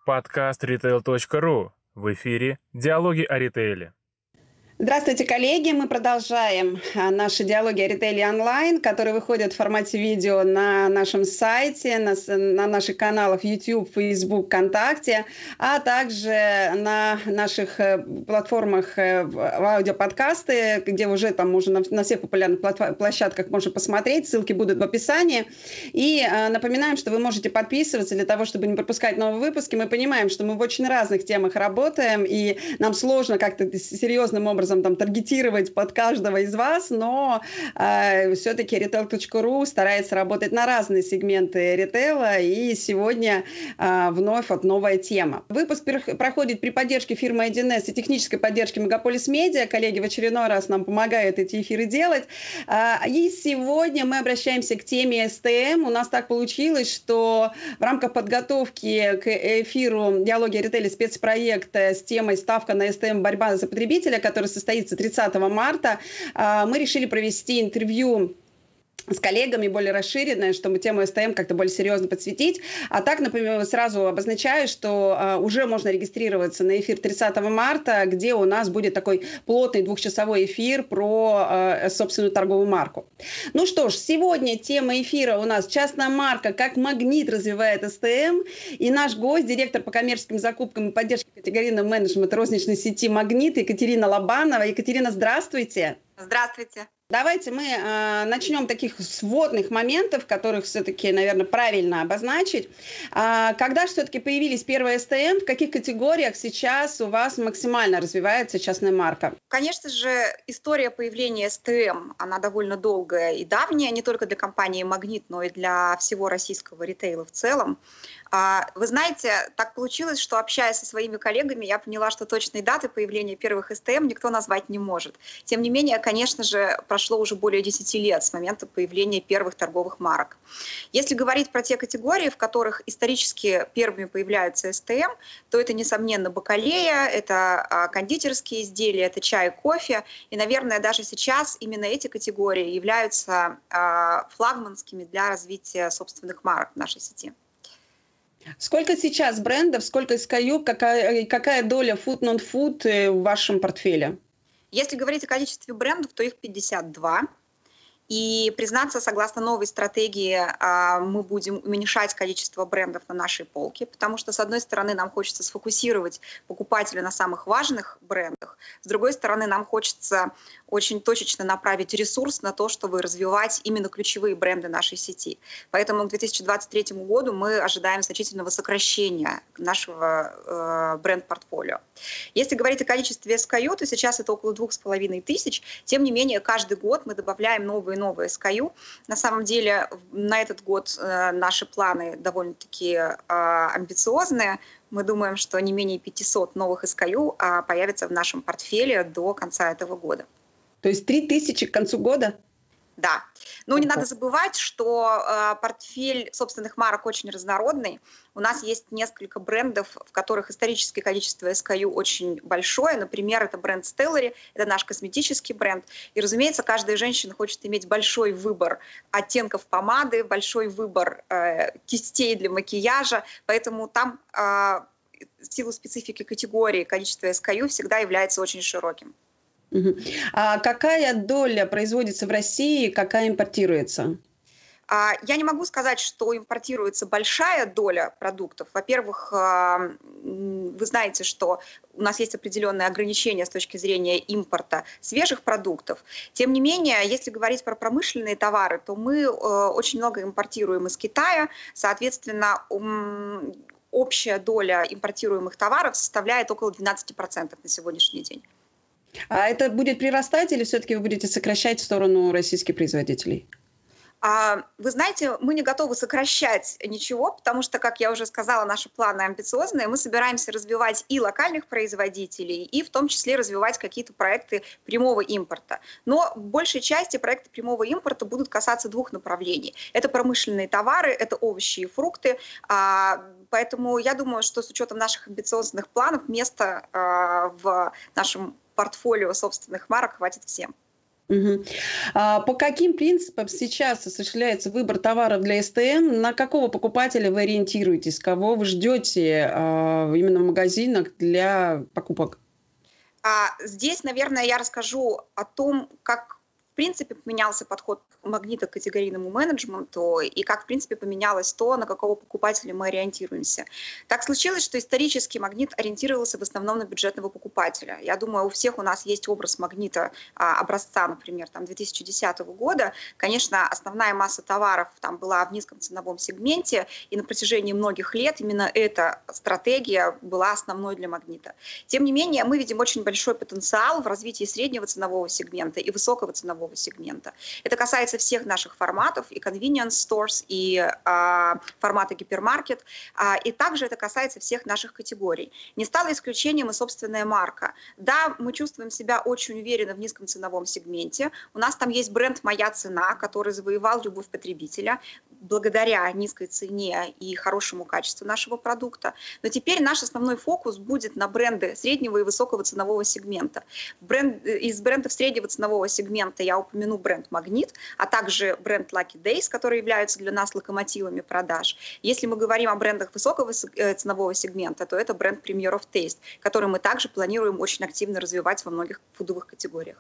Подкаст retail.ru. В эфире «Диалоги о ритейле». Здравствуйте, коллеги! Мы продолжаем наши диалоги о ритейле онлайн, которые выходят в формате видео на нашем сайте, на наших каналах YouTube, Facebook, ВКонтакте, а также на наших платформах в аудиоподкасты, где уже там можно на всех популярных площадках можно посмотреть. Ссылки будут в описании. И напоминаем, что вы можете подписываться для того, чтобы не пропускать новые выпуски. Мы понимаем, что мы в очень разных темах работаем, и нам сложно как-то серьезным образом там таргетировать под каждого из вас, но все-таки retail.ru старается работать на разные сегменты ритейла, и сегодня вновь новая тема. Выпуск проходит при поддержке фирмы 1С и технической поддержке Мегаполис Медиа. Коллеги в очередной раз нам помогают эти эфиры делать. И сегодня мы обращаемся к теме СТМ. У нас так получилось, что в рамках подготовки к эфиру «Диалоги о ритейле» спецпроекта с темой «Ставка на СТМ. Борьба за потребителя», который состоится 30 марта, мы решили провести интервью с коллегами более расширенное, чтобы тему СТМ как-то более серьезно подсветить. А так, например, сразу обозначаю, что уже можно регистрироваться на эфир 30 марта, где у нас будет такой плотный двухчасовой эфир про собственную торговую марку. Ну что ж, сегодня тема эфира у нас «Частная марка. Как магнит развивает СТМ». И наш гость, директор по коммерческим закупкам и поддержке категорийного менеджмента розничной сети «Магнит» Екатерина Лобанова. Екатерина, здравствуйте. Здравствуйте. Давайте мы начнем таких сводных моментов, которых все-таки, наверное, правильно обозначить. Когда же все-таки появились первые СТМ, в каких категориях сейчас у вас максимально развивается частная марка? Конечно же, история появления СТМ, она довольно долгая и давняя, не только для компании «Магнит», но и для всего российского ритейла в целом. Вы знаете, так получилось, что, общаясь со своими коллегами, я поняла, что точной даты появления первых СТМ никто назвать не может. Тем не менее, конечно же, прошло уже более 10 лет с момента появления первых торговых марок. Если говорить про те категории, в которых исторически первыми появляются СТМ, то это, несомненно, бакалея, это кондитерские изделия, это чай, кофе. И, наверное, даже сейчас именно эти категории являются флагманскими для развития собственных марок в нашей сети. Сколько сейчас брендов, сколько SKU, какая доля food, non-food в вашем портфеле? Если говорить о количестве брендов, то их 52. И, признаться, согласно новой стратегии, мы будем уменьшать количество брендов на нашей полке, потому что, с одной стороны, нам хочется сфокусировать покупателя на самых важных брендах, с другой стороны, нам хочется очень точечно направить ресурс на то, чтобы развивать именно ключевые бренды нашей сети. Поэтому к 2023 году мы ожидаем значительного сокращения нашего бренд-портфолио. Если говорить о количестве SKU, то сейчас это около 2500. Тем не менее, каждый год мы добавляем новые SKU. На самом деле, на этот год наши планы довольно-таки амбициозные. Мы думаем, что не менее 500 новых SKU появятся в нашем портфеле до конца этого года. То есть 3000 к концу года? Да. Но не надо забывать, что портфель собственных марок очень разнородный. У нас есть несколько брендов, в которых историческое количество SKU очень большое. Например, это бренд Stellary, это наш косметический бренд. И, разумеется, каждая женщина хочет иметь большой выбор оттенков помады, большой выбор кистей для макияжа. Поэтому там в силу специфики категории количество SKU всегда является очень широким. А какая доля производится в России, какая импортируется? Я не могу сказать, что импортируется большая доля продуктов. Во-первых, вы знаете, что у нас есть определенные ограничения с точки зрения импорта свежих продуктов. Тем не менее, если говорить про промышленные товары, то мы очень много импортируем из Китая. Соответственно, общая доля импортируемых товаров составляет около 12% на сегодняшний день. А это будет прирастать или все-таки вы будете сокращать в сторону российских производителей? Вы знаете, мы не готовы сокращать ничего, потому что, как я уже сказала, наши планы амбициозные. Мы собираемся развивать и локальных производителей, и в том числе развивать какие-то проекты прямого импорта. Но в большей части проекты прямого импорта будут касаться двух направлений. Это промышленные товары, это овощи и фрукты. Поэтому я думаю, что с учетом наших амбициозных планов места в нашем портфолио собственных марок хватит всем. Мгм. По каким принципам сейчас осуществляется выбор товаров для СТМ? На какого покупателя вы ориентируетесь? Кого вы ждете именно в магазинах для покупок? Здесь, наверное, я расскажу о том, как в принципе поменялся подход Магнита к категорийному менеджменту и как, в принципе, поменялось то, на какого покупателя мы ориентируемся. Так случилось, что исторически Магнит ориентировался в основном на бюджетного покупателя. Я думаю, у всех у нас есть образ Магнита образца, например, там, 2010 года. Конечно, основная масса товаров там была в низком ценовом сегменте, и на протяжении многих лет именно эта стратегия была основной для Магнита. Тем не менее, мы видим очень большой потенциал в развитии среднего ценового сегмента и высокого ценового сегмента. Это касается всех наших форматов, и convenience stores, и формата гипермаркет, и также это касается всех наших категорий. Не стало исключением и собственная марка. Да, мы чувствуем себя очень уверенно в низком ценовом сегменте. У нас там есть бренд «Моя цена», который завоевал любовь потребителя благодаря низкой цене и хорошему качеству нашего продукта. Но теперь наш основной фокус будет на бренды среднего и высокого ценового сегмента. Из брендов среднего ценового сегмента я упомяну бренд «Магнит», а также бренд Lucky Days, которые являются для нас локомотивами продаж. Если мы говорим о брендах высокого ценового сегмента, то это бренд Premier of Taste, который мы также планируем очень активно развивать во многих фудовых категориях.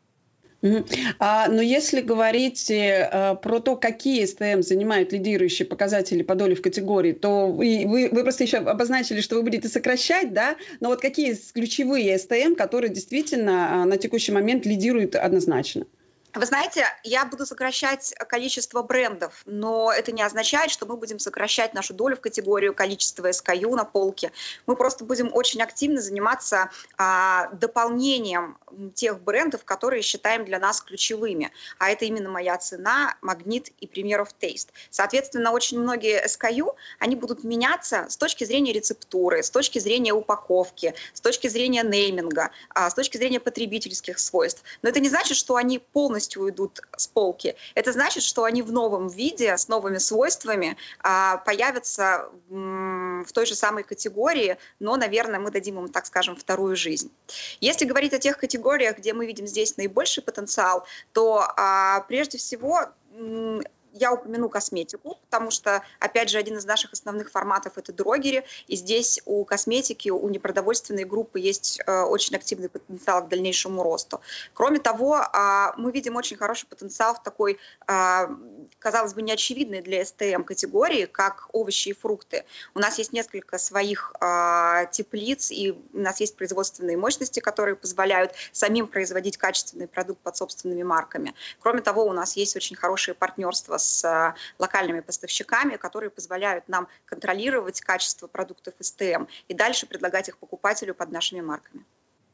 Но если говорить про то, какие СТМ занимают лидирующие показатели по доле в категории, то вы просто еще обозначили, что вы будете сокращать, да? Но вот какие ключевые СТМ, которые действительно на текущий момент лидируют однозначно? Вы знаете, я буду сокращать количество брендов, но это не означает, что мы будем сокращать нашу долю в категорию количества SKU на полке. Мы просто будем очень активно заниматься дополнением тех брендов, которые считаем для нас ключевыми. А это именно «Моя цена», «Магнит» и Premier of Taste. Соответственно, очень многие SKU, они будут меняться с точки зрения рецептуры, с точки зрения упаковки, с точки зрения нейминга, с точки зрения потребительских свойств. Но это не значит, что они полностью уйдут с полки. Это значит, что они в новом виде, с новыми свойствами появятся в той же самой категории, но, наверное, мы дадим им, так скажем, вторую жизнь. Если говорить о тех категориях, где мы видим здесь наибольший потенциал, то прежде всего я упомяну косметику, потому что, опять же, один из наших основных форматов – это дрогери, и здесь у косметики, у непродовольственной группы есть очень активный потенциал к дальнейшему росту. Кроме того, мы видим очень хороший потенциал в такой, казалось бы, неочевидной для СТМ категории, как овощи и фрукты. У нас есть несколько своих теплиц, и у нас есть производственные мощности, которые позволяют самим производить качественный продукт под собственными марками. Кроме того, у нас есть очень хорошие партнерства с локальными поставщиками, которые позволяют нам контролировать качество продуктов СТМ и дальше предлагать их покупателю под нашими марками.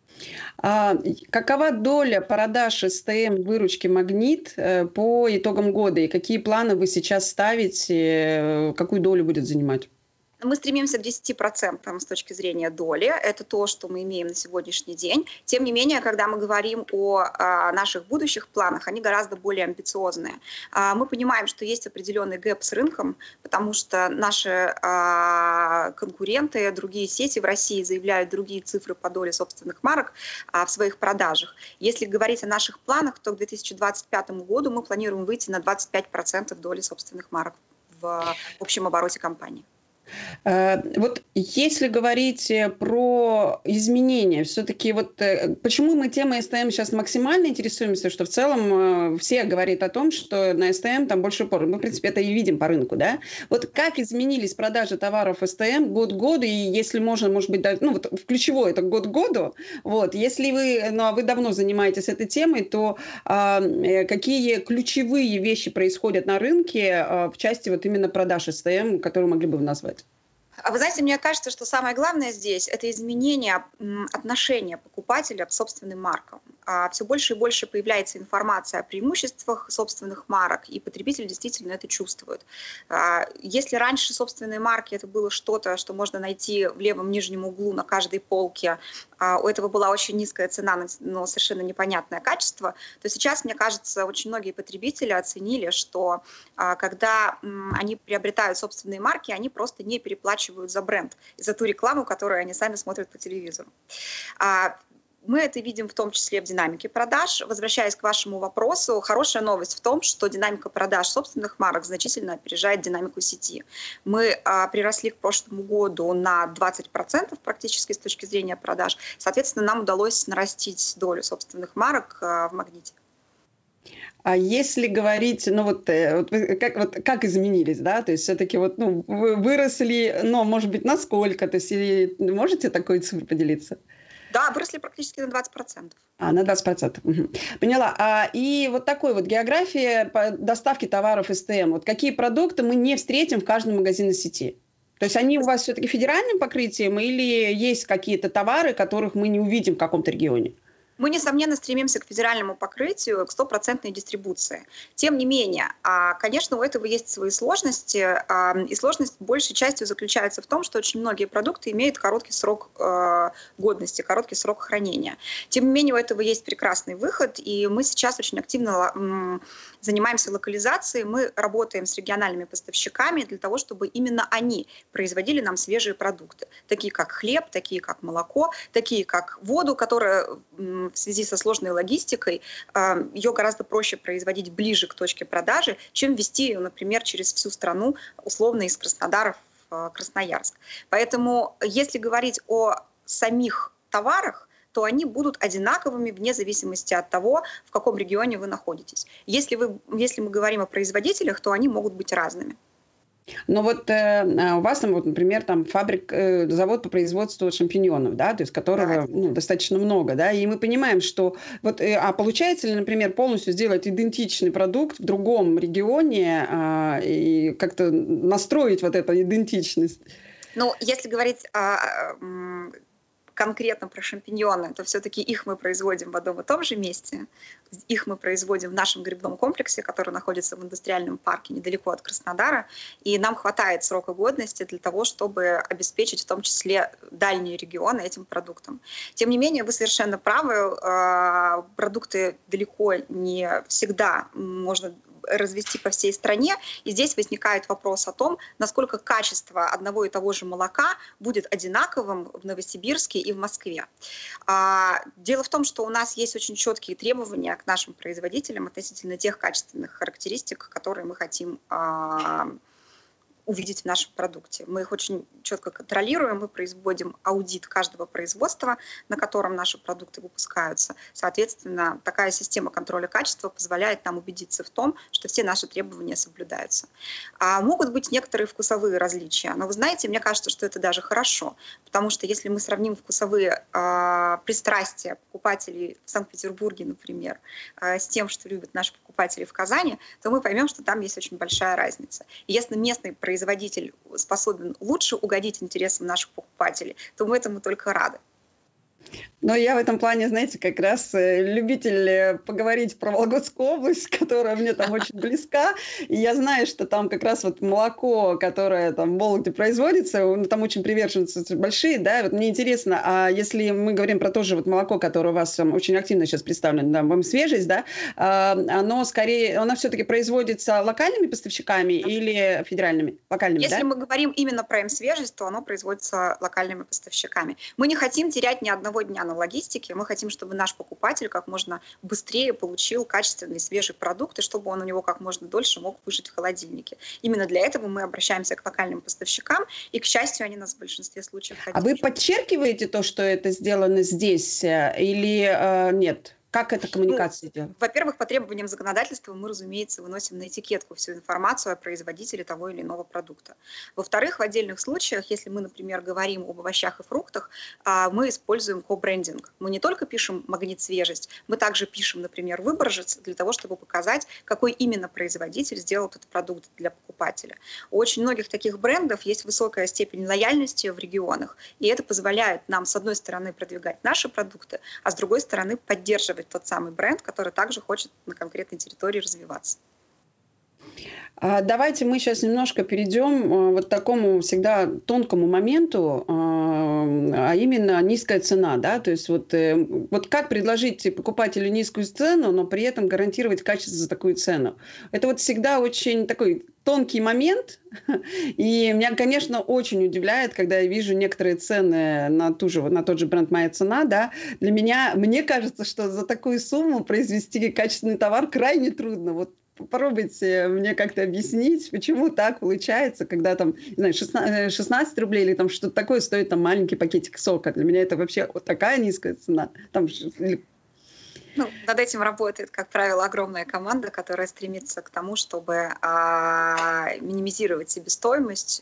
Какова доля продаж СТМ выручки «Магнит» по итогам года? И какие планы вы сейчас ставите? Какую долю будет занимать? Мы стремимся к 10% с точки зрения доли. Это то, что мы имеем на сегодняшний день. Тем не менее, когда мы говорим о наших будущих планах, они гораздо более амбициозные. Мы понимаем, что есть определенный гэп с рынком, потому что наши конкуренты, другие сети в России заявляют другие цифры по доле собственных марок в своих продажах. Если говорить о наших планах, то к 2025 году мы планируем выйти на 25% доли собственных марок в общем обороте компании. Вот если говорить про изменения, все-таки вот почему мы темой СТМ сейчас максимально интересуемся, что в целом все говорят о том, что на СТМ там больше упор. Мы, в принципе, это и видим по рынку, да? Вот как изменились продажи товаров СТМ год к году, и если можно, может быть, ну вот в ключевой это год к году, вот, если вы, ну а вы давно занимаетесь этой темой, то какие ключевые вещи происходят на рынке в части вот именно продаж СТМ, которые могли бы вы назвать? Вы знаете, мне кажется, что самое главное здесь – это изменение отношения покупателя к собственным маркам. Все больше и больше появляется информация о преимуществах собственных марок, и потребитель действительно это чувствует. Если раньше собственные марки – это было что-то, что можно найти в левом нижнем углу на каждой полке, у этого была очень низкая цена, но совершенно непонятное качество, то сейчас, мне кажется, очень многие потребители оценили, что когда они приобретают собственные марки, они просто не переплачивают за бренд и за ту рекламу, которую они сами смотрят по телевизору. Мы это видим в том числе в динамике продаж. Возвращаясь к вашему вопросу, хорошая новость в том, что динамика продаж собственных марок значительно опережает динамику сети. Мы приросли к прошлому году на 20% практически с точки зрения продаж. Соответственно, нам удалось нарастить долю собственных марок в «Магните». А если говорить, как изменились, да, то есть все-таки вы выросли, но, может быть, на сколько, то есть можете такой цифрой поделиться? Да, выросли практически на 20%. На 20%. Угу. Поняла. И вот такой вот география по доставке товаров СТМ. Вот какие продукты мы не встретим в каждом магазине сети? То есть они у вас все-таки федеральным покрытием или есть какие-то товары, которых мы не увидим в каком-то регионе? Мы, несомненно, стремимся к федеральному покрытию, к 100% дистрибуции. Тем не менее, конечно, у этого есть свои сложности, и сложность большей частью заключается в том, что очень многие продукты имеют короткий срок годности, короткий срок хранения. Тем не менее, у этого есть прекрасный выход, и мы сейчас очень активно занимаемся локализацией, мы работаем с региональными поставщиками для того, чтобы именно они производили нам свежие продукты, такие как хлеб, такие как молоко, такие как воду, которая в связи со сложной логистикой ее гораздо проще производить ближе к точке продажи, чем везти ее, например, через всю страну, условно из Краснодара в Красноярск. Поэтому, если говорить о самих товарах, то они будут одинаковыми вне зависимости от того, в каком регионе вы находитесь. Если мы говорим о производителях, то они могут быть разными. Но вот у вас там, например, там завод по производству шампиньонов, да, то есть которого достаточно много, да, и мы понимаем, что получается ли, например, полностью сделать идентичный продукт в другом регионе и как-то настроить вот эту идентичность? Ну, если говорить конкретно про шампиньоны, то все-таки их мы производим в одном и том же месте. Их мы производим в нашем грибном комплексе, который находится в индустриальном парке недалеко от Краснодара. И нам хватает срока годности для того, чтобы обеспечить в том числе дальние регионы этим продуктом. Тем не менее, вы совершенно правы, продукты далеко не всегда можно развести по всей стране. И здесь возникает вопрос о том, насколько качество одного и того же молока будет одинаковым в Новосибирске и в Москве. Дело в том, что у нас есть очень четкие требования к нашим производителям относительно тех качественных характеристик, которые мы хотим увидеть в нашем продукте. Мы их очень четко контролируем, мы производим аудит каждого производства, на котором наши продукты выпускаются. Соответственно, такая система контроля качества позволяет нам убедиться в том, что все наши требования соблюдаются. Могут быть некоторые вкусовые различия, но вы знаете, мне кажется, что это даже хорошо, потому что если мы сравним вкусовые пристрастия покупателей в Санкт-Петербурге, например, с тем, что любят наши покупатели в Казани, то мы поймем, что там есть очень большая разница. И если местный производитель способен лучше угодить интересам наших покупателей, то мы этому только рады. Но я в этом плане, знаете, как раз любитель поговорить про Вологодскую область, которая мне там очень близка. И я знаю, что там как раз вот молоко, которое там в Вологде производится, там очень приверженцы большие, да. Вот мне интересно, а если мы говорим про то же вот молоко, которое у вас очень активно сейчас представлено, да, вам свежесть, да, оно все-таки производится локальными поставщиками или федеральными? Локальными, если да? мы говорим именно про свежесть, то оно производится локальными поставщиками. Мы не хотим терять ни одного дня на логистике, мы хотим, чтобы наш покупатель как можно быстрее получил качественный свежий продукт, и чтобы он у него как можно дольше мог выжить в холодильнике. Именно для этого мы обращаемся к локальным поставщикам, и, к счастью, они нас в большинстве случаев поддерживают. А вы подчеркиваете то, что это сделано здесь, или нет? Как эта коммуникация идет? Во-первых, по требованиям законодательства мы, разумеется, выносим на этикетку всю информацию о производителе того или иного продукта. Во-вторых, в отдельных случаях, если мы, например, говорим об овощах и фруктах, мы используем ко-брендинг. Мы не только пишем «Магнит свежесть», мы также пишем, например, «Выборжец» для того, чтобы показать, какой именно производитель сделал этот продукт для покупателя. У очень многих таких брендов есть высокая степень лояльности в регионах, и это позволяет нам, с одной стороны, продвигать наши продукты, а с другой стороны, поддерживать тот самый бренд, который также хочет на конкретной территории развиваться. Давайте мы сейчас немножко перейдем вот к такому всегда тонкому моменту, а именно низкая цена, да, то есть вот как предложить покупателю низкую цену, но при этом гарантировать качество за такую цену. Это вот всегда очень такой тонкий момент, и меня, конечно, очень удивляет, когда я вижу некоторые цены на тот же бренд «Моя цена», да, мне кажется, что за такую сумму произвести качественный товар крайне трудно. Вот попробуйте мне как-то объяснить, почему так получается, когда там, не знаю, 16 рублей или там что-то такое стоит там маленький пакетик сока. Для меня это вообще вот такая низкая цена. Над этим работает, как правило, огромная команда, которая стремится к тому, чтобы минимизировать себестоимость.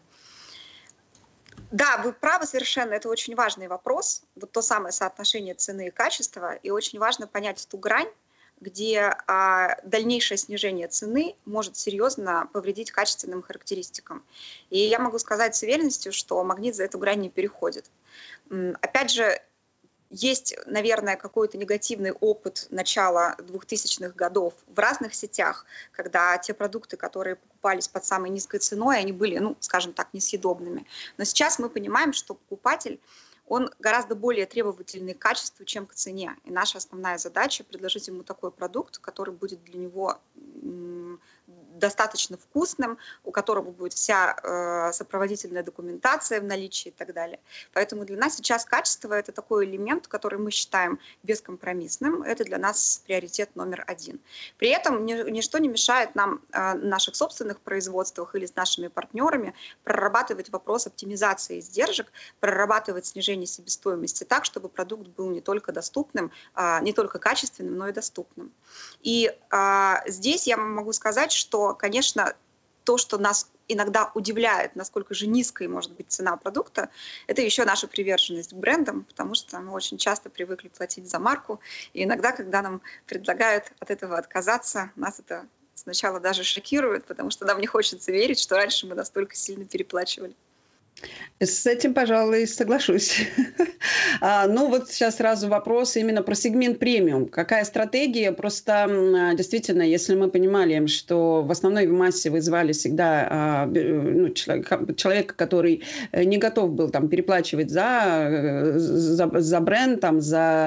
Да, вы правы совершенно, это очень важный вопрос, вот то самое соотношение цены и качества, и очень важно понять ту грань, где дальнейшее снижение цены может серьезно повредить качественным характеристикам. И я могу сказать с уверенностью, что «Магнит» за эту грань не переходит. Опять же, есть, наверное, какой-то негативный опыт начала 2000-х годов в разных сетях, когда те продукты, которые покупались под самой низкой ценой, они были, скажем так, несъедобными. Но сейчас мы понимаем, что покупатель, он гораздо более требовательный к качеству, чем к цене. И наша основная задача — предложить ему такой продукт, который будет для него достаточно вкусным, у которого будет вся сопроводительная документация в наличии и так далее. Поэтому для нас сейчас качество — это такой элемент, который мы считаем бескомпромиссным. Это для нас приоритет номер один. При этом ничто не мешает нам в наших собственных производствах или с нашими партнерами прорабатывать вопрос оптимизации издержек, прорабатывать снижение себестоимости так, чтобы продукт был не только доступным, не только качественным, но и доступным. И здесь я могу сказать, что, конечно, то, что нас иногда удивляет, насколько же низкой может быть цена продукта, это еще наша приверженность к брендам, потому что мы очень часто привыкли платить за марку, и иногда, когда нам предлагают от этого отказаться, нас это сначала даже шокирует, потому что нам не хочется верить, что раньше мы настолько сильно переплачивали. С этим, пожалуй, соглашусь. Вот сейчас сразу вопрос именно про сегмент премиум. Какая стратегия? Просто действительно, если мы понимали, что в основной массе вы звали всегда человека, который не готов был там переплачивать за бренд, там,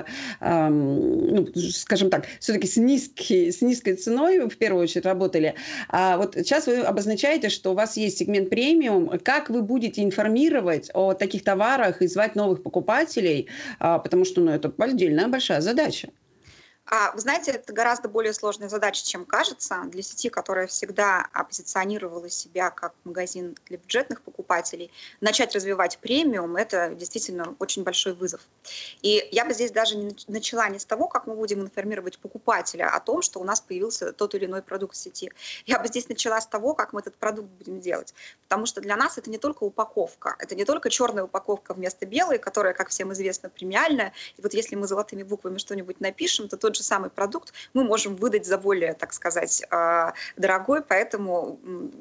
скажем так, все-таки с низкой ценой в первую очередь работали. А вот сейчас вы обозначаете, что у вас есть сегмент премиум. Как вы будете информировать о таких товарах и звать новых покупателей, потому что это отдельная большая задача. Вы знаете, это гораздо более сложная задача, чем кажется. Для сети, которая всегда позиционировала себя как магазин для бюджетных покупателей, начать развивать премиум – это действительно очень большой вызов. И я бы здесь даже начала не с того, как мы будем информировать покупателя о том, что у нас появился тот или иной продукт в сети. Я бы здесь начала с того, как мы этот продукт будем делать. Потому что для нас это не только упаковка, это не только черная упаковка вместо белой, которая, как всем известно, премиальная. И вот если мы золотыми буквами что-нибудь напишем, то тот же самый продукт мы можем выдать за более, так сказать, дорогой, поэтому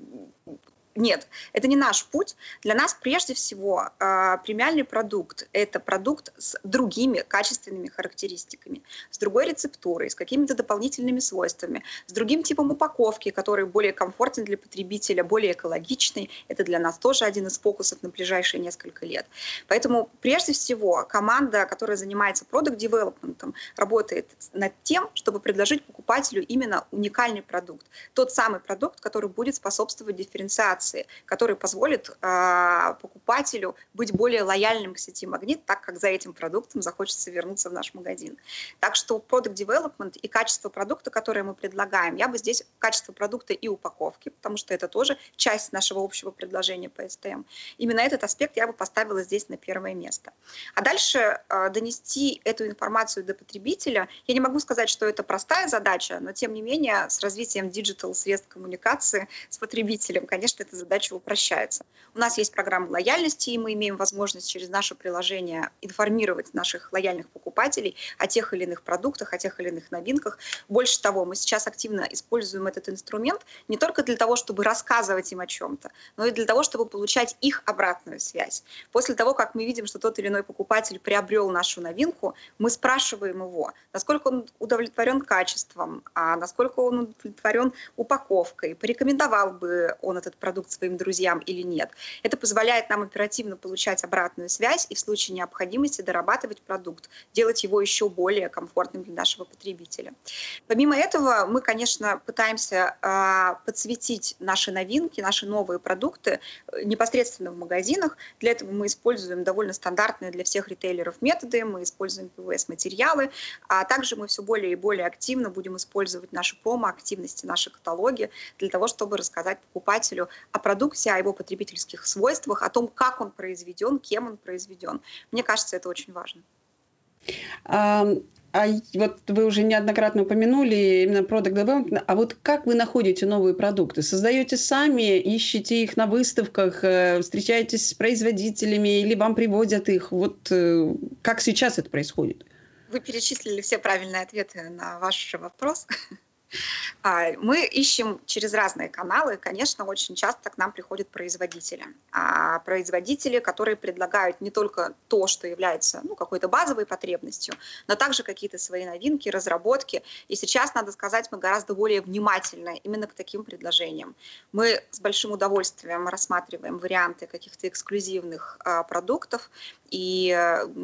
нет, это не наш путь. Для нас прежде всего премиальный продукт – это продукт с другими качественными характеристиками, с другой рецептурой, с какими-то дополнительными свойствами, с другим типом упаковки, который более комфортен для потребителя, более экологичный. Это для нас тоже один из фокусов на ближайшие несколько лет. Поэтому прежде всего команда, которая занимается продакт-девелопментом, работает над тем, чтобы предложить покупателю именно уникальный продукт. Тот самый продукт, который будет способствовать дифференциации, который позволит покупателю быть более лояльным к сети «Магнит», так как за этим продуктом захочется вернуться в наш магазин. Так что product development и качество продукта, которое мы предлагаем, я бы здесь качество продукта и упаковки, потому что это тоже часть нашего общего предложения по СТМ. Именно этот аспект я бы поставила здесь на первое место. А дальше донести эту информацию до потребителя. Я не могу сказать, что это простая задача, но тем не менее с развитием диджитал средств коммуникации с потребителем, конечно, эта задача упрощается. У нас есть программа лояльности, и мы имеем возможность через наше приложение информировать наших лояльных покупателей о тех или иных продуктах, о тех или иных новинках. Больше того, мы сейчас активно используем этот инструмент не только для того, чтобы рассказывать им о чем-то, но и для того, чтобы получать их обратную связь. После того, как мы видим, что тот или иной покупатель приобрел нашу новинку, мы спрашиваем его, насколько он удовлетворен качеством, насколько он удовлетворен упаковкой, порекомендовал бы он этот продукт продукт своим друзьям или нет. Это позволяет нам оперативно получать обратную связь и в случае необходимости дорабатывать продукт, делать его еще более комфортным для нашего потребителя. Помимо этого, мы, конечно, пытаемся подсветить наши новинки, наши новые продукты непосредственно в магазинах. Для этого мы используем довольно стандартные для всех ритейлеров методы, мы используем ПВС-материалы, а также мы все более и более активно будем использовать наши промо-активности, наши каталоги для того, чтобы рассказать покупателю о продукте, о его потребительских свойствах, о том, как он произведен, кем он произведен. Мне кажется, это очень важно. Вот вы уже неоднократно упомянули именно Product Development. А вот как вы находите новые продукты? Создаете сами, ищете их на выставках, встречаетесь с производителями или вам приводят их? Вот как сейчас это происходит? Вы перечислили все правильные ответы на ваш вопрос. Мы ищем через разные каналы. Конечно, очень часто к нам приходят производители. Производители, которые предлагают не только то, что является какой-то базовой потребностью, но также какие-то свои новинки, разработки. И сейчас, надо сказать, мы гораздо более внимательны именно к таким предложениям. Мы с большим удовольствием рассматриваем варианты каких-то эксклюзивных продуктов и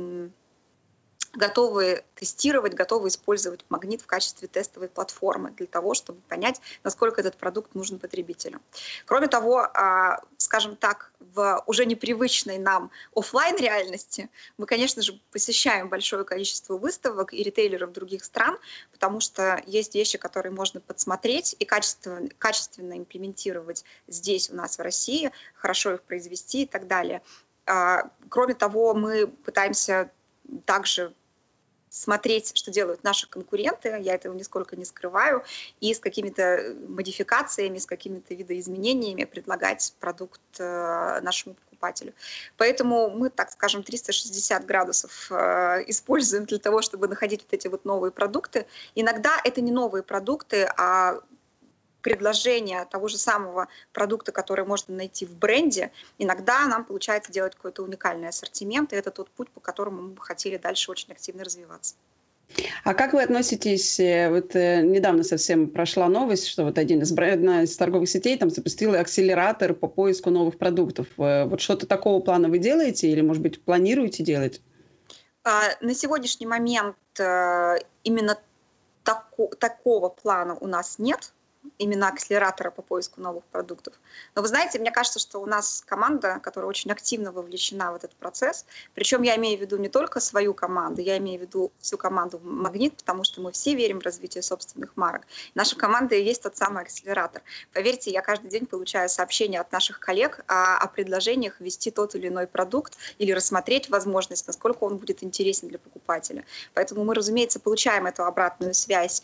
готовы тестировать, готовы использовать Магнит в качестве тестовой платформы для того, чтобы понять, насколько этот продукт нужен потребителю. Кроме того, скажем так, в уже непривычной нам офлайн реальности мы, конечно же, посещаем большое количество выставок и ритейлеров других стран, потому что есть вещи, которые можно подсмотреть и качественно имплементировать здесь у нас в России, хорошо их произвести и так далее. Кроме того, мы пытаемся также смотреть, что делают наши конкуренты, я этого нисколько не скрываю, и с какими-то модификациями, с какими-то видоизменениями предлагать продукт нашему покупателю. Поэтому мы, так скажем, 360 градусов используем для того, чтобы находить вот эти вот новые продукты. Иногда это не новые продукты, а предложение того же самого продукта, который можно найти в бренде. Иногда нам получается делать какой-то уникальный ассортимент, и это тот путь, по которому мы бы хотели дальше очень активно развиваться. А как вы относитесь, вот недавно совсем прошла новость, что вот одна из торговых сетей там запустила акселератор по поиску новых продуктов. Вот что-то такого плана вы делаете или, может быть, планируете делать? На сегодняшний момент именно такого плана у нас нет. Именно акселератора по поиску новых продуктов. Но вы знаете, мне кажется, что у нас команда, которая очень активно вовлечена в этот процесс, причем я имею в виду не только свою команду, я имею в виду всю команду Магнит, потому что мы все верим в развитие собственных марок. Наша команда и есть тот самый акселератор. Поверьте, я каждый день получаю сообщения от наших коллег о предложениях ввести тот или иной продукт или рассмотреть возможность, насколько он будет интересен для покупателя. Поэтому мы, разумеется, получаем эту обратную связь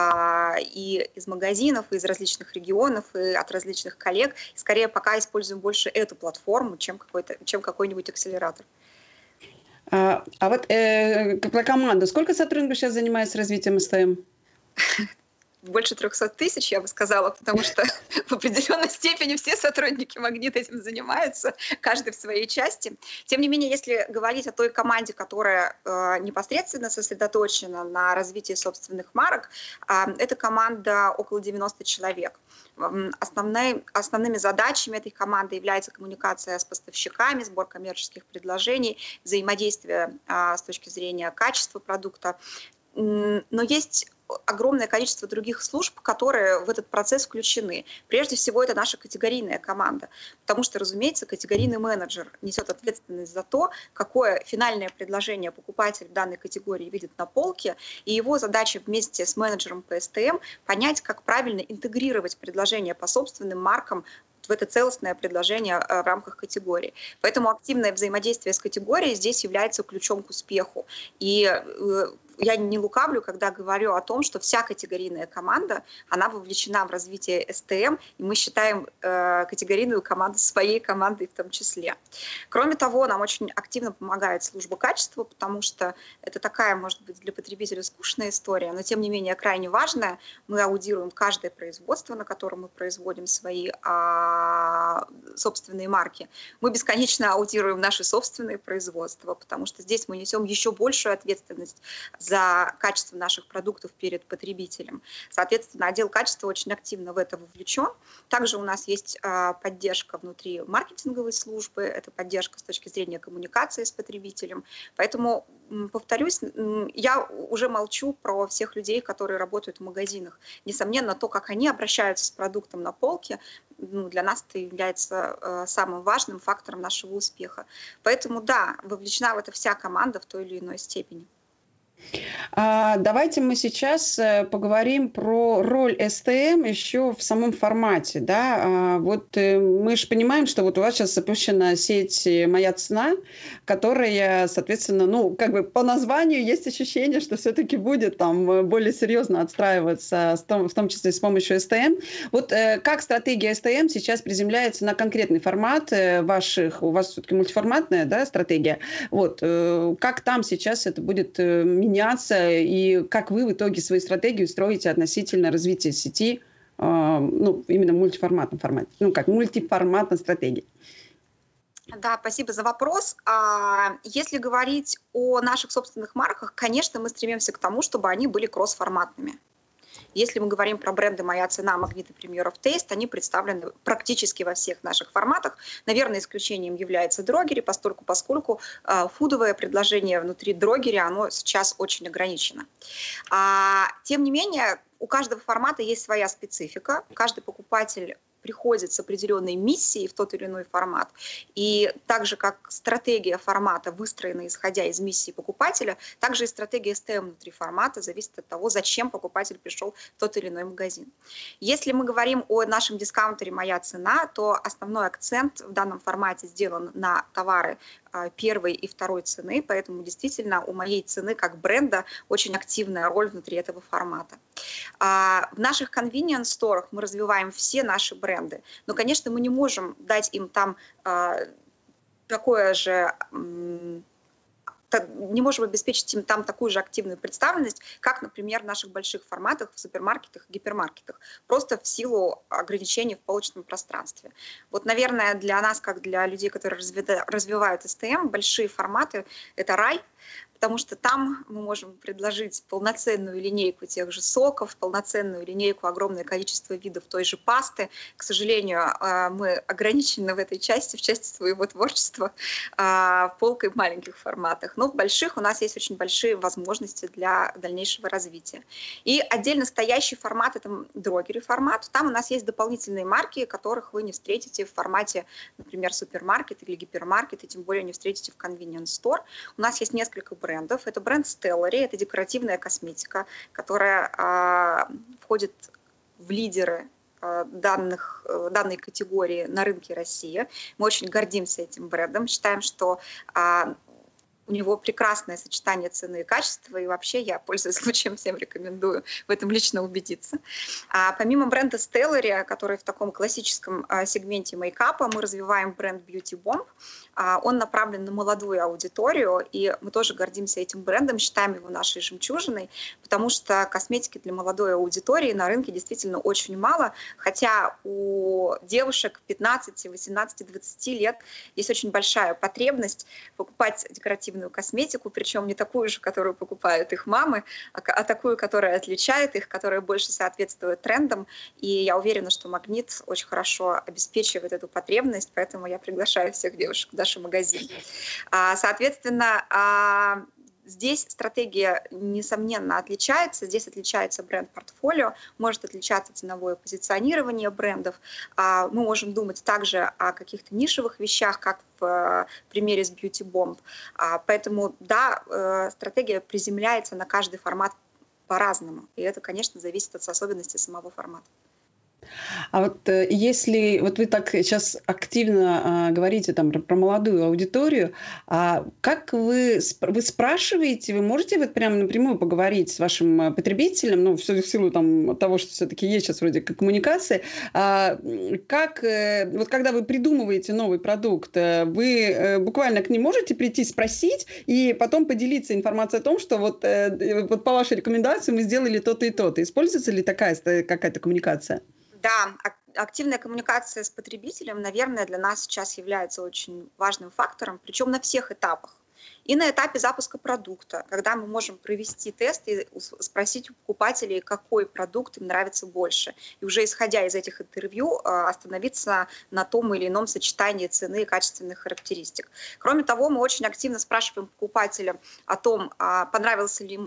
и из магазинов, из различных регионов, и от различных коллег. И скорее пока используем больше эту платформу, чем какой-нибудь акселератор. А вот про команду. Сколько сотрудников сейчас занимается развитием СТМ? Больше 300 тысяч, я бы сказала, потому что в определенной степени все сотрудники Магнит этим занимаются, каждый в своей части. Тем не менее, если говорить о той команде, которая непосредственно сосредоточена на развитии собственных марок, эта команда около 90 человек. Основными задачами этой команды является коммуникация с поставщиками, сбор коммерческих предложений, взаимодействие с точки зрения качества продукта. Но есть огромное количество других служб, которые в этот процесс включены. Прежде всего, это наша категорийная команда, потому что, разумеется, категорийный менеджер несет ответственность за то, какое финальное предложение покупатель в данной категории видит на полке, и его задача вместе с менеджером по СТМ понять, как правильно интегрировать предложение по собственным маркам в это целостное предложение в рамках категории. Поэтому активное взаимодействие с категорией здесь является ключом к успеху. И я не лукавлю, когда говорю о том, что вся категорийная команда, она вовлечена в развитие СТМ, и мы считаем категорийную команду своей командой в том числе. Кроме того, нам очень активно помогает служба качества, потому что это такая, может быть, для потребителя скучная история, но тем не менее крайне важная. Мы аудируем каждое производство, на котором мы производим свои собственные марки. Мы бесконечно аудируем наши собственные производства, потому что здесь мы несем еще большую ответственность за качество наших продуктов перед потребителем. Соответственно, отдел качества очень активно в это вовлечен. Также у нас есть поддержка внутри маркетинговой службы, это поддержка с точки зрения коммуникации с потребителем. Поэтому, повторюсь, я уже молчу про всех людей, которые работают в магазинах. Несомненно, то, как они обращаются с продуктом на полке, для нас это является самым важным фактором нашего успеха. Поэтому, да, вовлечена в это вся команда в той или иной степени. Давайте мы сейчас поговорим про роль СТМ еще в самом формате. Да? Вот мы же понимаем, что вот у вас сейчас запущена сеть «Моя цена», которая, соответственно, ну, как бы по названию есть ощущение, что все-таки будет там более серьезно отстраиваться, в том числе с помощью СТМ. Вот как стратегия СТМ сейчас приземляется на конкретный формат ваших, у вас все-таки мультиформатная, да, стратегия. Вот, как там сейчас это будет меняться, и как вы в итоге свою стратегию строите относительно развития сети, ну, именно в мультиформатном формате, ну, как мультиформатной стратегии? Да, спасибо за вопрос. Если говорить о наших собственных марках, конечно, мы стремимся к тому, чтобы они были кросс-форматными. Если мы говорим про бренды «Моя цена», «Магнит» и «Premier of Taste», они представлены практически во всех наших форматах. Наверное, исключением является дрогери, поскольку фудовое предложение внутри дрогери, оно сейчас очень ограничено. Тем не менее, у каждого формата есть своя специфика. Каждый покупатель приходит с определенной миссией в тот или иной формат. И так же, как стратегия формата выстроена исходя из миссии покупателя, также и стратегия СТМ внутри формата зависит от того, зачем покупатель пришел в тот или иной магазин. Если мы говорим о нашем дискаунтере «Моя цена», то основной акцент в данном формате сделан на товары первой и второй цены, поэтому действительно у «Моей цены» как бренда очень активная роль внутри этого формата. В наших convenience-сторах мы развиваем все наши бренды, но, конечно, мы не можем дать им там не можем обеспечить им там такую же активную представленность, как, например, в наших больших форматах в супермаркетах и гипермаркетах, просто в силу ограничений в полочном пространстве. Вот, наверное, для нас, как для людей, которые развивают СТМ, большие форматы – это рай, потому что там мы можем предложить полноценную линейку тех же соков, полноценную линейку, огромное количество видов той же пасты. К сожалению, мы ограничены в этой части, в части своего творчества, полкой в маленьких форматах. Но в больших у нас есть очень большие возможности для дальнейшего развития. И отдельно стоящий формат – это дрогери формат. Там у нас есть дополнительные марки, которых вы не встретите в формате, например, супермаркет или гипермаркет, и тем более не встретите в convenience store. У нас есть несколько брендов. Это бренд Stellary, это декоративная косметика, которая входит в лидеры данной категории на рынке России. Мы очень гордимся этим брендом, считаем, что у него прекрасное сочетание цены и качества, и вообще я, пользуясь случаем, всем рекомендую в этом лично убедиться. Помимо бренда Stellary, который в таком классическом сегменте мейкапа, мы развиваем бренд Beauty Bomb. Он направлен на молодую аудиторию, и мы тоже гордимся этим брендом, считаем его нашей жемчужиной, потому что косметики для молодой аудитории на рынке действительно очень мало, хотя у девушек 15, 18, 20 лет есть очень большая потребность покупать декоративную косметику, причем не такую же, которую покупают их мамы, а такую, которая отличает их, которая больше соответствует трендам. И я уверена, что Магнит очень хорошо обеспечивает эту потребность, поэтому я приглашаю всех девушек в наш магазин. Соответственно, здесь стратегия, несомненно, отличается. Здесь отличается бренд-портфолио, может отличаться ценовое позиционирование брендов. Мы можем думать также о каких-то нишевых вещах, как в примере с Beauty Bomb. Поэтому, да, стратегия приземляется на каждый формат по-разному. И это, конечно, зависит от особенностей самого формата. А вот если вот вы так сейчас активно говорите там про молодую аудиторию, как вы спрашиваете, вы можете вот прямо напрямую поговорить с вашим потребителем, ну, в силу там того, что все-таки есть сейчас вроде как коммуникации, как вот когда вы придумываете новый продукт, вы буквально к ним можете прийти, спросить и потом поделиться информацией о том, что вот по вашей рекомендации мы сделали то-то и то-то. Используется ли такая какая-то коммуникация? Да, активная коммуникация с потребителем, наверное, для нас сейчас является очень важным фактором, причем на всех этапах. И на этапе запуска продукта, когда мы можем провести тест и спросить у покупателей, какой продукт им нравится больше. И уже исходя из этих интервью остановиться на том или ином сочетании цены и качественных характеристик. Кроме того, мы очень активно спрашиваем покупателя о том, понравился ли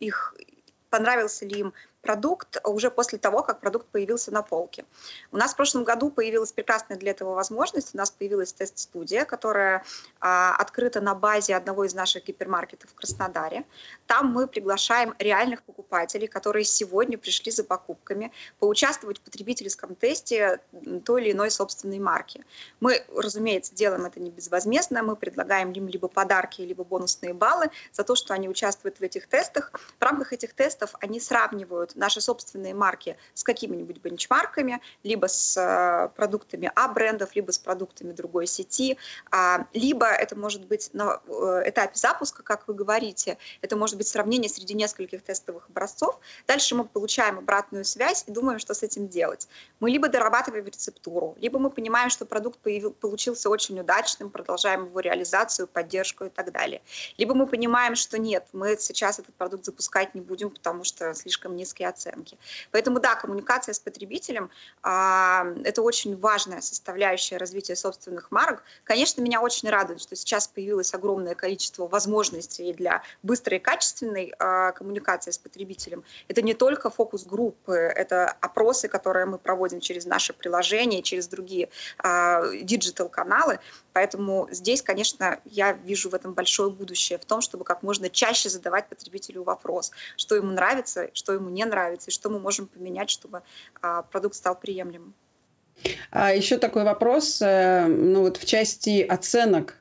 им продукт уже после того, как продукт появился на полке. У нас в прошлом году появилась прекрасная для этого возможность. У нас появилась тест-студия, которая открыта на базе одного из наших гипермаркетов в Краснодаре. Там мы приглашаем реальных покупателей, которые сегодня пришли за покупками, поучаствовать в потребительском тесте той или иной собственной марки. Мы, разумеется, делаем это не безвозмездно. Мы предлагаем им либо подарки, либо бонусные баллы за то, что они участвуют в этих тестах. В рамках этих тестов они сравнивают наши собственные марки с какими-нибудь бенчмарками, либо с продуктами А-брендов, либо с продуктами другой сети, либо это может быть на этапе запуска, как вы говорите, это может быть сравнение среди нескольких тестовых образцов. Дальше мы получаем обратную связь и думаем, что с этим делать. Мы либо дорабатываем рецептуру, либо мы понимаем, что продукт получился очень удачным, продолжаем его реализацию, поддержку и так далее. Либо мы понимаем, что нет, мы сейчас этот продукт запускать не будем, потому что слишком низкие оценки. Поэтому да, коммуникация с потребителем это очень важная составляющая развития собственных марок. Конечно, меня очень радует, что сейчас появилось огромное количество возможностей для быстрой и качественной коммуникации с потребителем. Это не только фокус-группы, это опросы, которые мы проводим через наше приложение, через другие диджитал-каналы. Поэтому здесь, конечно, я вижу в этом большое будущее, в том, чтобы как можно чаще задавать потребителю вопрос, что ему нравится, что ему не нравится, и что мы можем поменять, чтобы продукт стал приемлемым. А еще такой вопрос, ну вот в части оценок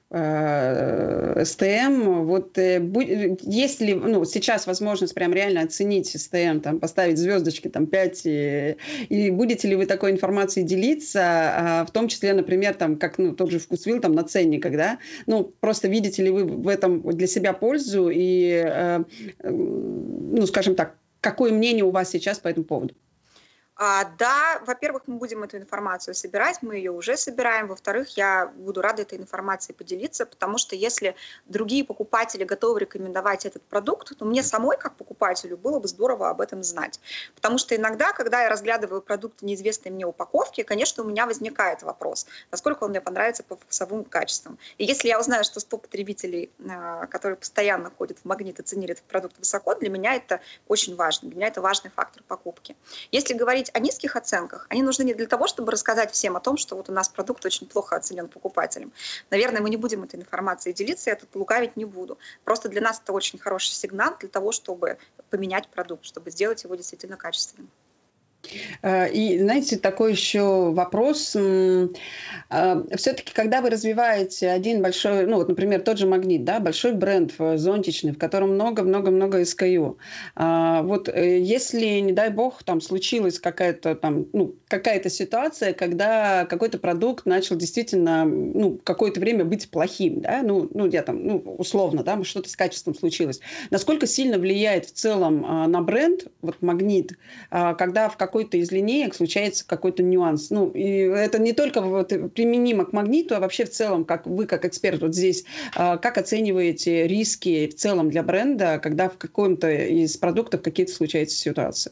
СТМ, вот есть ли, ну, сейчас возможность прям реально оценить СТМ, там, поставить звездочки, там, 5, и будете ли вы такой информацией делиться, в том числе, например, там, как, ну, тот же Вкусвилл, там, на ценниках, да, ну, просто видите ли вы в этом для себя пользу и, ну, скажем так, какое мнение у вас сейчас по этому поводу? Да, во-первых, мы будем эту информацию собирать, мы ее уже собираем. Во-вторых, я буду рада этой информацией поделиться, потому что если другие покупатели готовы рекомендовать этот продукт, то мне самой, как покупателю, было бы здорово об этом знать. Потому что иногда, когда я разглядываю продукты неизвестной мне упаковки, конечно, у меня возникает вопрос, насколько он мне понравится по вкусовым качествам. И если я узнаю, что 100 потребителей, которые постоянно ходят в Магнит, оценили этот продукт высоко, для меня это очень важно, для меня это важный фактор покупки. Если говорить о низких оценках, они нужны не для того, чтобы рассказать всем о том, что вот у нас продукт очень плохо оценен покупателем. Наверное, мы не будем этой информацией делиться, я тут лукавить не буду. Просто для нас это очень хороший сигнал для того, чтобы поменять продукт, чтобы сделать его действительно качественным. И, знаете, такой еще вопрос. Все-таки, когда вы развиваете один большой, ну, вот, например, тот же Магнит, да, большой бренд зонтичный, в котором много-много-много SKU. Вот если, не дай бог, там случилась какая-то там, ну, какая-то ситуация, когда какой-то продукт начал действительно, ну, какое-то время быть плохим, да, ну, я там, ну, условно, да, что-то с качеством случилось. Насколько сильно влияет в целом на бренд, вот Магнит, когда в какой-то из линеек случается какой-то нюанс. Ну, и это не только вот применимо к Магниту, а вообще в целом, как вы, как эксперт вот здесь, как оцениваете риски в целом для бренда, когда в каком-то из продуктов какие-то случаются ситуации?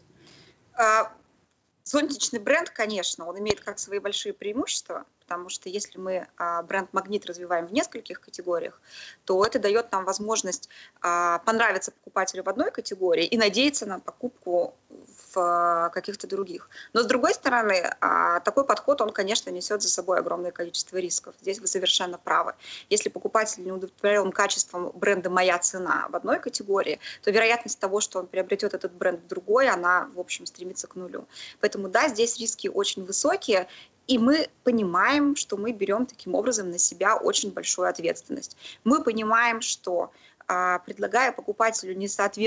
Зонтичный бренд, конечно, он имеет как свои большие преимущества, потому что если мы бренд Магнит развиваем в нескольких категориях, то это дает нам возможность понравиться покупателю в одной категории и надеяться на покупку в каких-то других. Но с другой стороны, такой подход, он, конечно, несет за собой огромное количество рисков. Здесь вы совершенно правы. Если покупатель не удовлетворен качеством бренда «Моя цена» в одной категории, то вероятность того, что он приобретет этот бренд в другой, она, в общем, стремится к нулю. Поэтому, да, здесь риски очень высокие, и мы понимаем, что мы берем таким образом на себя очень большую ответственность. Мы понимаем, что предлагая покупателю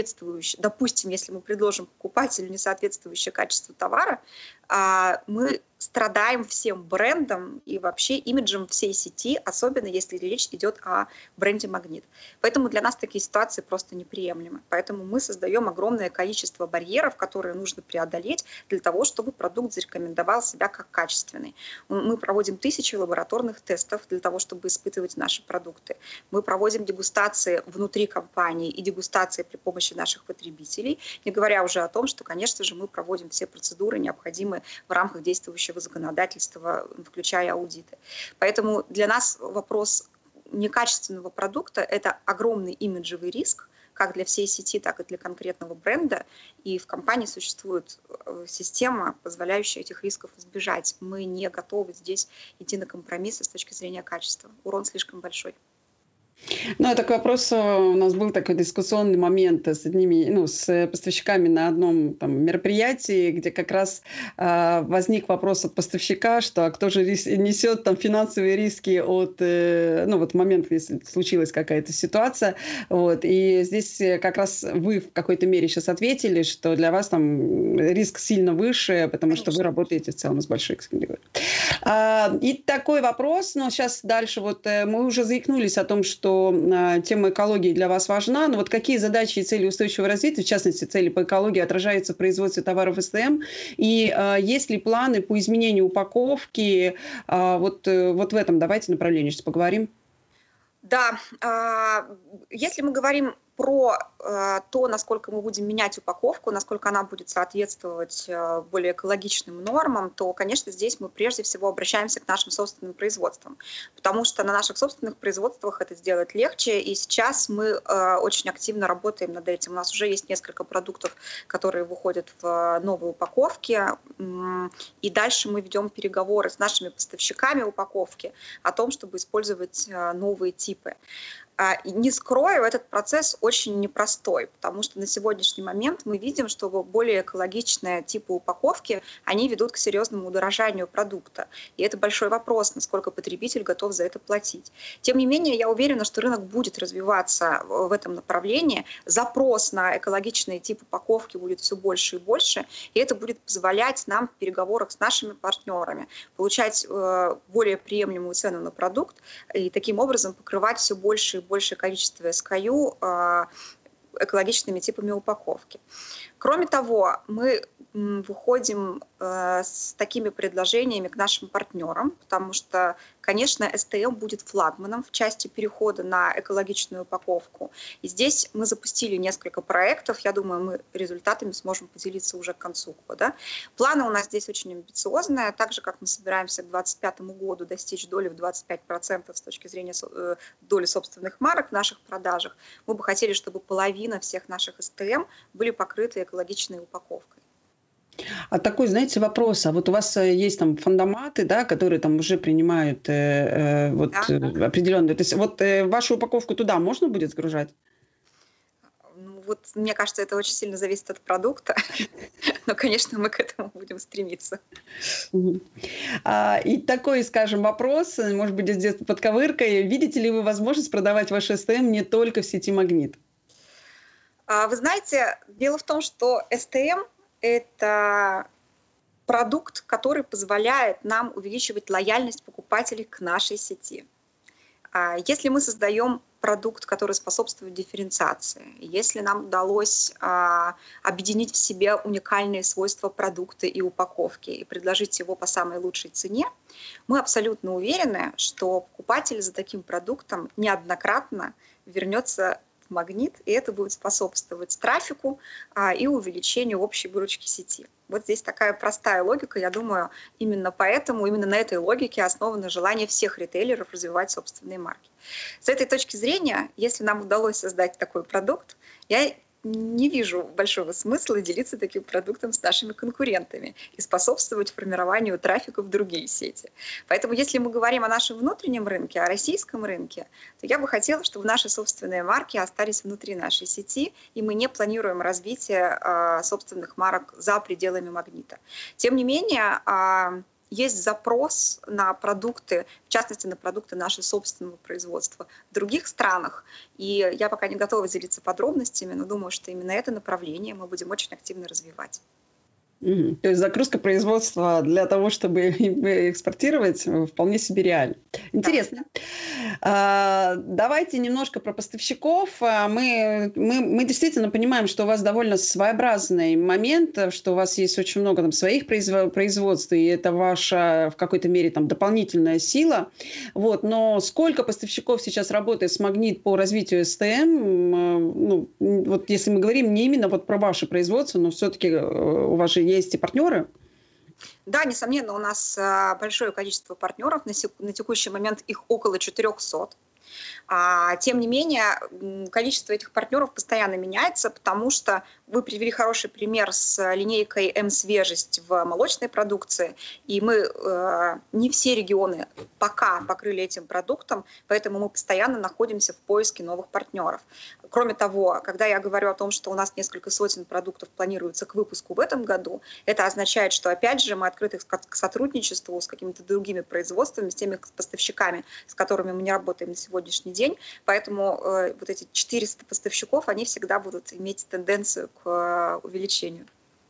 несоответствующее, допустим, если мы предложим покупателю несоответствующее качеству товара, мы страдаем всем брендом и вообще имиджем всей сети, особенно если речь идет о бренде «Магнит». Поэтому для нас такие ситуации просто неприемлемы. Поэтому мы создаем огромное количество барьеров, которые нужно преодолеть для того, чтобы продукт зарекомендовал себя как качественный. Мы проводим тысячи лабораторных тестов для того, чтобы испытывать наши продукты. Мы проводим дегустации внутри компании и дегустации при помощи наших потребителей, не говоря уже о том, что, конечно же, мы проводим все процедуры, необходимые в рамках действующего законодательства, включая аудиты. Поэтому для нас вопрос некачественного продукта – это огромный имиджевый риск, как для всей сети, так и для конкретного бренда. И в компании существует система, позволяющая этих рисков избежать. Мы не готовы здесь идти на компромиссы с точки зрения качества. Урон слишком большой. Ну, такой вопрос, у нас был такой дискуссионный момент с одними, с поставщиками на одном мероприятии, где как раз возник вопрос от поставщика, что кто же несет финансовые риски от, в момент, если случилась какая-то ситуация. Вот. И здесь как раз вы в какой-то мере сейчас ответили, что для вас риск сильно выше, потому что вы работаете в целом с большой категорией. И такой вопрос, но сейчас дальше мы уже заикнулись о том, что тема экологии для вас важна, но какие задачи и цели устойчивого развития, в частности, цели по экологии, отражаются в производстве товаров СТМ, и есть ли планы по изменению упаковки, в этом давайте направлении сейчас поговорим. Да, если мы говорим про то, насколько мы будем менять упаковку, насколько она будет соответствовать более экологичным нормам, то, конечно, здесь мы прежде всего обращаемся к нашим собственным производствам, потому что на наших собственных производствах это сделать легче, и сейчас мы очень активно работаем над этим. У нас уже есть несколько продуктов, которые выходят в новые упаковки, и дальше мы ведем переговоры с нашими поставщиками упаковки о том, чтобы использовать новые типы. Не скрою, этот процесс очень непростой, потому что на сегодняшний момент мы видим, что более экологичные типы упаковки, они ведут к серьезному удорожанию продукта. И это большой вопрос, насколько потребитель готов за это платить. Тем не менее, я уверена, что рынок будет развиваться в этом направлении. Запрос на экологичные типы упаковки будет все больше и больше, и это будет позволять нам в переговорах с нашими партнерами получать более приемлемую цену на продукт и таким образом покрывать все больше и большее количество SKU экологичными типами упаковки. Кроме того, мы выходим с такими предложениями к нашим партнерам, потому что, конечно, СТМ будет флагманом в части перехода на экологичную упаковку. И здесь мы запустили несколько проектов. Я думаю, мы результатами сможем поделиться уже к концу года. Планы у нас здесь очень амбициозные. Так же, как мы собираемся к 2025 году достичь доли в 25% с точки зрения доли собственных марок в наших продажах, мы бы хотели, чтобы половина всех наших СТМ были покрыты экологичной упаковкой. А такой, знаете, вопрос. А у вас есть фандоматы, да, которые уже принимают определенные... То есть вашу упаковку туда можно будет сгружать? Мне кажется, это очень сильно зависит от продукта, но, конечно, мы к этому будем стремиться. И такой, скажем, вопрос, может быть, здесь подковыркой. Видите ли вы возможность продавать ваш СТМ не только в сети «Магнит»? Вы знаете, дело в том, что СТМ – это продукт, который позволяет нам увеличивать лояльность покупателей к нашей сети. Если мы создаем продукт, который способствует дифференциации, если нам удалось объединить в себе уникальные свойства продукта и упаковки и предложить его по самой лучшей цене, мы абсолютно уверены, что покупатель за таким продуктом неоднократно вернется в «Магнит», и это будет способствовать трафику и увеличению общей выручки сети. Вот здесь такая простая логика. Я думаю, именно поэтому, именно на этой логике основано желание всех ритейлеров развивать собственные марки. С этой точки зрения, если нам удалось создать такой продукт, я не вижу большого смысла делиться таким продуктом с нашими конкурентами и способствовать формированию трафика в другие сети. Поэтому, если мы говорим о нашем внутреннем рынке, о российском рынке, то я бы хотела, чтобы наши собственные марки остались внутри нашей сети, и мы не планируем развитие собственных марок за пределами «Магнита». Тем не менее, есть запрос на продукты, в частности, на продукты нашего собственного производства в других странах. И я пока не готова делиться подробностями, но думаю, что именно это направление мы будем очень активно развивать. То есть загрузка производства для того, чтобы экспортировать, вполне себе реально. Интересно. Давайте немножко про поставщиков. Мы действительно понимаем, что у вас довольно своеобразный момент, что у вас есть очень много там своих производств, и это ваша в какой-то мере там дополнительная сила. Вот. Но сколько поставщиков сейчас работает с Магнит по развитию СТМ? Вот если мы говорим не именно вот про ваше производство, но все-таки у вас же есть и партнеры? Да, несомненно, у нас большое количество партнеров, на текущий момент их около 400. Тем не менее, количество этих партнеров постоянно меняется, потому что вы привели хороший пример с линейкой М-свежесть в молочной продукции, и мы не все регионы пока покрыли этим продуктом, поэтому мы постоянно находимся в поиске новых партнеров. Кроме того, когда я говорю о том, что у нас несколько сотен продуктов планируется к выпуску в этом году, это означает, что, опять же, мы открыты к сотрудничеству с какими-то другими производствами, с теми поставщиками, с которыми мы не работаем на сегодняшний день. Поэтому вот эти 400 поставщиков, они всегда будут иметь тенденцию к увеличению.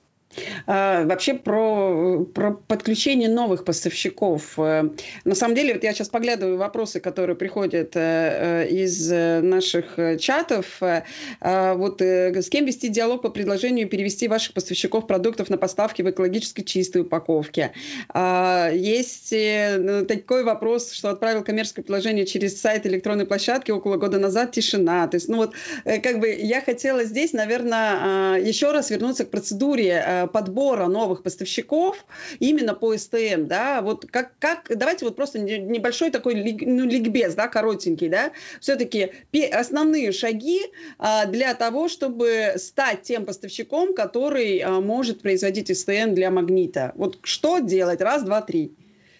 Вообще про подключение новых поставщиков. На самом деле, вот я сейчас поглядываю вопросы, которые приходят из наших чатов. Вот с кем вести диалог по предложению перевести ваших поставщиков продуктов на поставки в экологически чистой упаковке? Есть такой вопрос, что отправил коммерческое предложение через сайт электронной площадки около года назад, тишина. То есть, я хотела здесь, наверное, еще раз вернуться к процедуре подбора новых поставщиков именно по СТМ, да, вот давайте вот просто небольшой такой ликбез, да, коротенький, да, все-таки основные шаги для того, чтобы стать тем поставщиком, который может производить СТМ для Магнита. Вот что делать? Раз, два, три.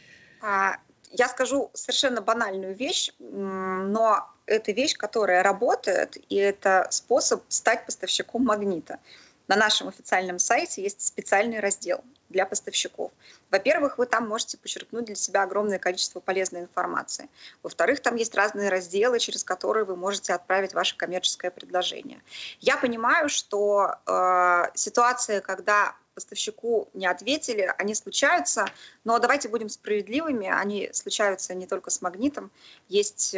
Я скажу совершенно банальную вещь, но это вещь, которая работает, и это способ стать поставщиком Магнита. На нашем официальном сайте есть специальный раздел для поставщиков. Во-первых, вы там можете почерпнуть для себя огромное количество полезной информации. Во-вторых, там есть разные разделы, через которые вы можете отправить ваше коммерческое предложение. Я понимаю, что ситуация, когда поставщику не ответили, они случаются, но давайте будем справедливыми, они случаются не только с Магнитом. Есть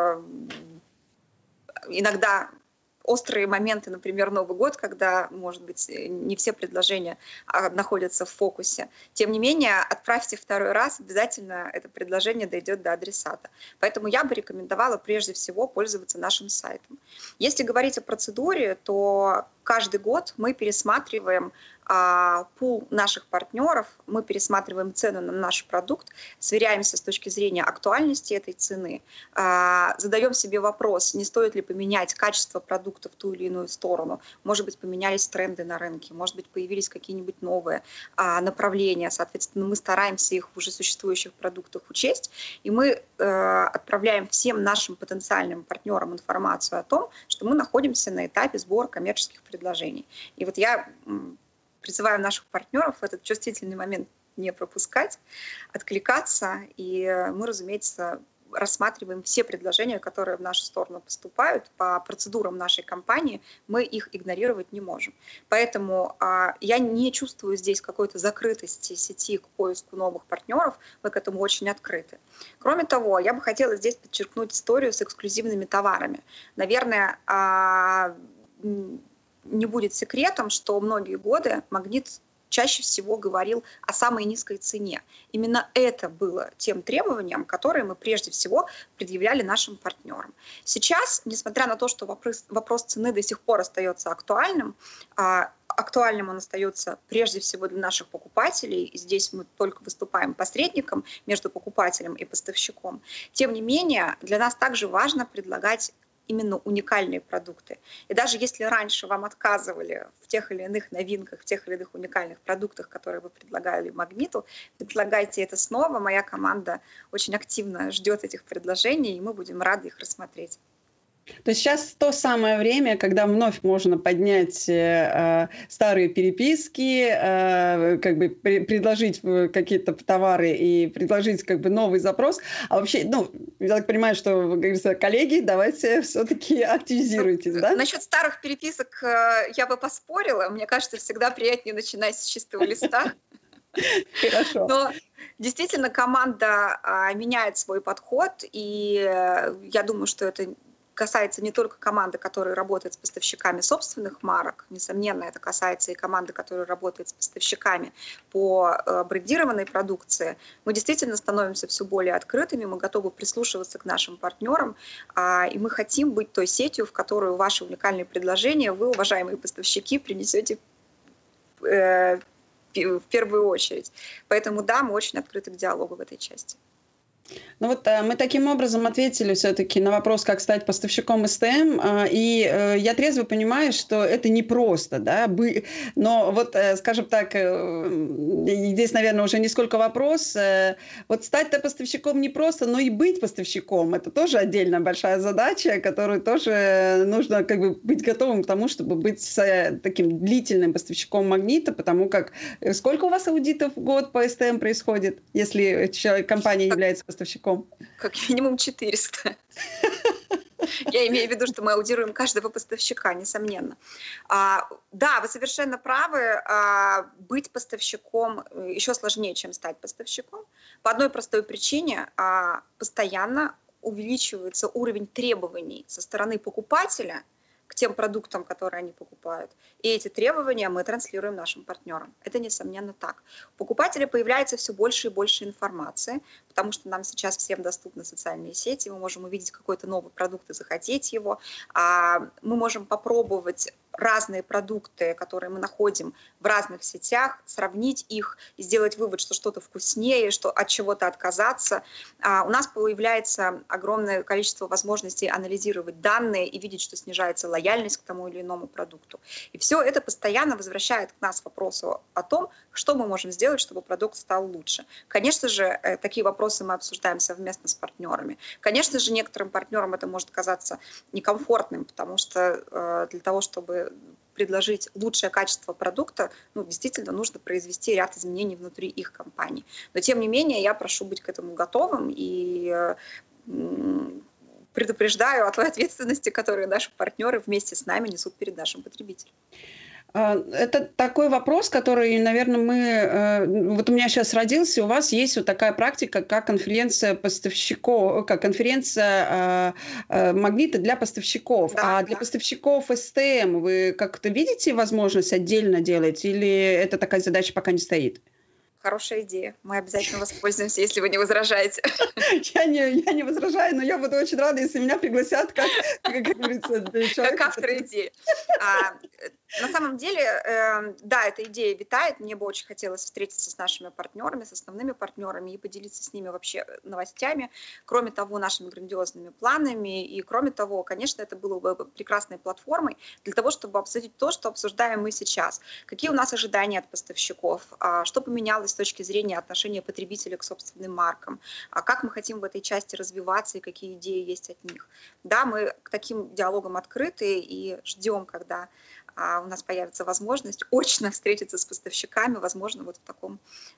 иногда острые моменты, например, Новый год, когда, может быть, не все предложения находятся в фокусе. Тем не менее, отправьте второй раз, обязательно это предложение дойдет до адресата. Поэтому я бы рекомендовала прежде всего пользоваться нашим сайтом. Если говорить о процедуре, то каждый год мы пересматриваем пул наших партнеров, мы пересматриваем цену на наш продукт, сверяемся с точки зрения актуальности этой цены, задаем себе вопрос, не стоит ли поменять качество продукта в ту или иную сторону. Может быть, поменялись тренды на рынке, может быть, появились какие-нибудь новые направления. Соответственно, мы стараемся их в уже существующих продуктах учесть, и мы отправляем всем нашим потенциальным партнерам информацию о том, что мы находимся на этапе сбора коммерческих предложений. И вот я призываю наших партнеров в этот чувствительный момент не пропускать, откликаться, и мы, разумеется, рассматриваем все предложения, которые в нашу сторону поступают. По процедурам нашей компании мы их игнорировать не можем. Поэтому я не чувствую здесь какой-то закрытости сети к поиску новых партнеров, мы к этому очень открыты. Кроме того, я бы хотела здесь подчеркнуть историю с эксклюзивными товарами. Наверное, не будет секретом, что многие годы Магнит чаще всего говорил о самой низкой цене. Именно это было тем требованием, которое мы прежде всего предъявляли нашим партнерам. Сейчас, несмотря на то, что вопрос цены до сих пор остается актуальным, актуальным он остается прежде всего для наших покупателей, и здесь мы только выступаем посредником между покупателем и поставщиком. Тем не менее, для нас также важно предлагать именно уникальные продукты. И даже если раньше вам отказывали в тех или иных новинках, в тех или иных уникальных продуктах, которые вы предлагали Магниту, предлагайте это снова. Моя команда очень активно ждет этих предложений, и мы будем рады их рассмотреть. То есть сейчас то самое время, когда вновь можно поднять старые переписки, предложить какие-то товары и предложить новый запрос. А вообще, Я так понимаю, что, вы говорите, коллеги, давайте все-таки активизируйтесь, да? Насчет старых переписок я бы поспорила. Мне кажется, всегда приятнее начинать с чистого листа. Хорошо. Но действительно команда меняет свой подход, и я думаю, что это касается не только команды, которая работает с поставщиками собственных марок, несомненно, это касается и команды, которая работает с поставщиками по брендированной продукции. Мы действительно становимся все более открытыми, мы готовы прислушиваться к нашим партнерам, и мы хотим быть той сетью, в которую ваши уникальные предложения вы, уважаемые поставщики, принесете в первую очередь. Поэтому да, мы очень открыты к диалогу в этой части. Ну вот мы таким образом ответили все-таки на вопрос, как стать поставщиком СТМ, и я трезво понимаю, что это непросто, да, но вот, скажем так, здесь, наверное, уже не сколько вопрос, вот стать-то поставщиком непросто, но и быть поставщиком, это тоже отдельная большая задача, которую тоже нужно как бы быть готовым к тому, чтобы быть таким длительным поставщиком Магнита, потому как сколько у вас аудитов в год по СТМ происходит, если компания является поставщиком? Как минимум 400. Я имею в виду, что мы аудируем каждого поставщика, несомненно. Да, вы совершенно правы. Быть поставщиком еще сложнее, чем стать поставщиком. По одной простой причине: постоянно увеличивается уровень требований со стороны покупателя к тем продуктам, которые они покупают. И эти требования мы транслируем нашим партнерам. Это, несомненно, так. У покупателя появляется все больше и больше информации, потому что нам сейчас всем доступны социальные сети, мы можем увидеть какой-то новый продукт и захотеть его. Мы можем попробовать разные продукты, которые мы находим в разных сетях, сравнить их и сделать вывод, что что-то вкуснее, что от чего-то отказаться. У нас появляется огромное количество возможностей анализировать данные и видеть, что снижается лояльность к тому или иному продукту. И все это постоянно возвращает к нас вопросу о том, что мы можем сделать, чтобы продукт стал лучше. Конечно же, такие вопросы мы обсуждаем совместно с партнерами. Конечно же, некоторым партнерам это может казаться некомфортным, потому что для того, чтобы предложить лучшее качество продукта, действительно нужно произвести ряд изменений внутри их компании. Но тем не менее, я прошу быть к этому готовым и предупреждаю о той ответственности, которую наши партнеры вместе с нами несут перед нашим потребителем. Это такой вопрос, который, наверное, вот у меня сейчас родился, у вас есть вот такая практика, как конференция поставщиков, как конференция Магнита для поставщиков. Да, для поставщиков СТМ вы как-то видите возможность отдельно делать, или это такая задача пока не стоит? Хорошая идея. Мы обязательно воспользуемся, если вы не возражаете. Я не возражаю, но я буду очень рада, если меня пригласят как говорится, человек. Как автор идеи. На самом деле, да, эта идея витает. Мне бы очень хотелось встретиться с нашими партнерами, с основными партнерами и поделиться с ними вообще новостями. Кроме того, нашими грандиозными планами. И кроме того, конечно, это было бы прекрасной платформой для того, чтобы обсудить то, что обсуждаем мы сейчас. Какие у нас ожидания от поставщиков? Что поменялось с точки зрения отношения потребителя к собственным маркам? Как мы хотим в этой части развиваться и какие идеи есть от них? Да, мы к таким диалогам открыты и ждем, когда у нас появится возможность очно встретиться с поставщиками, возможно, вот в таком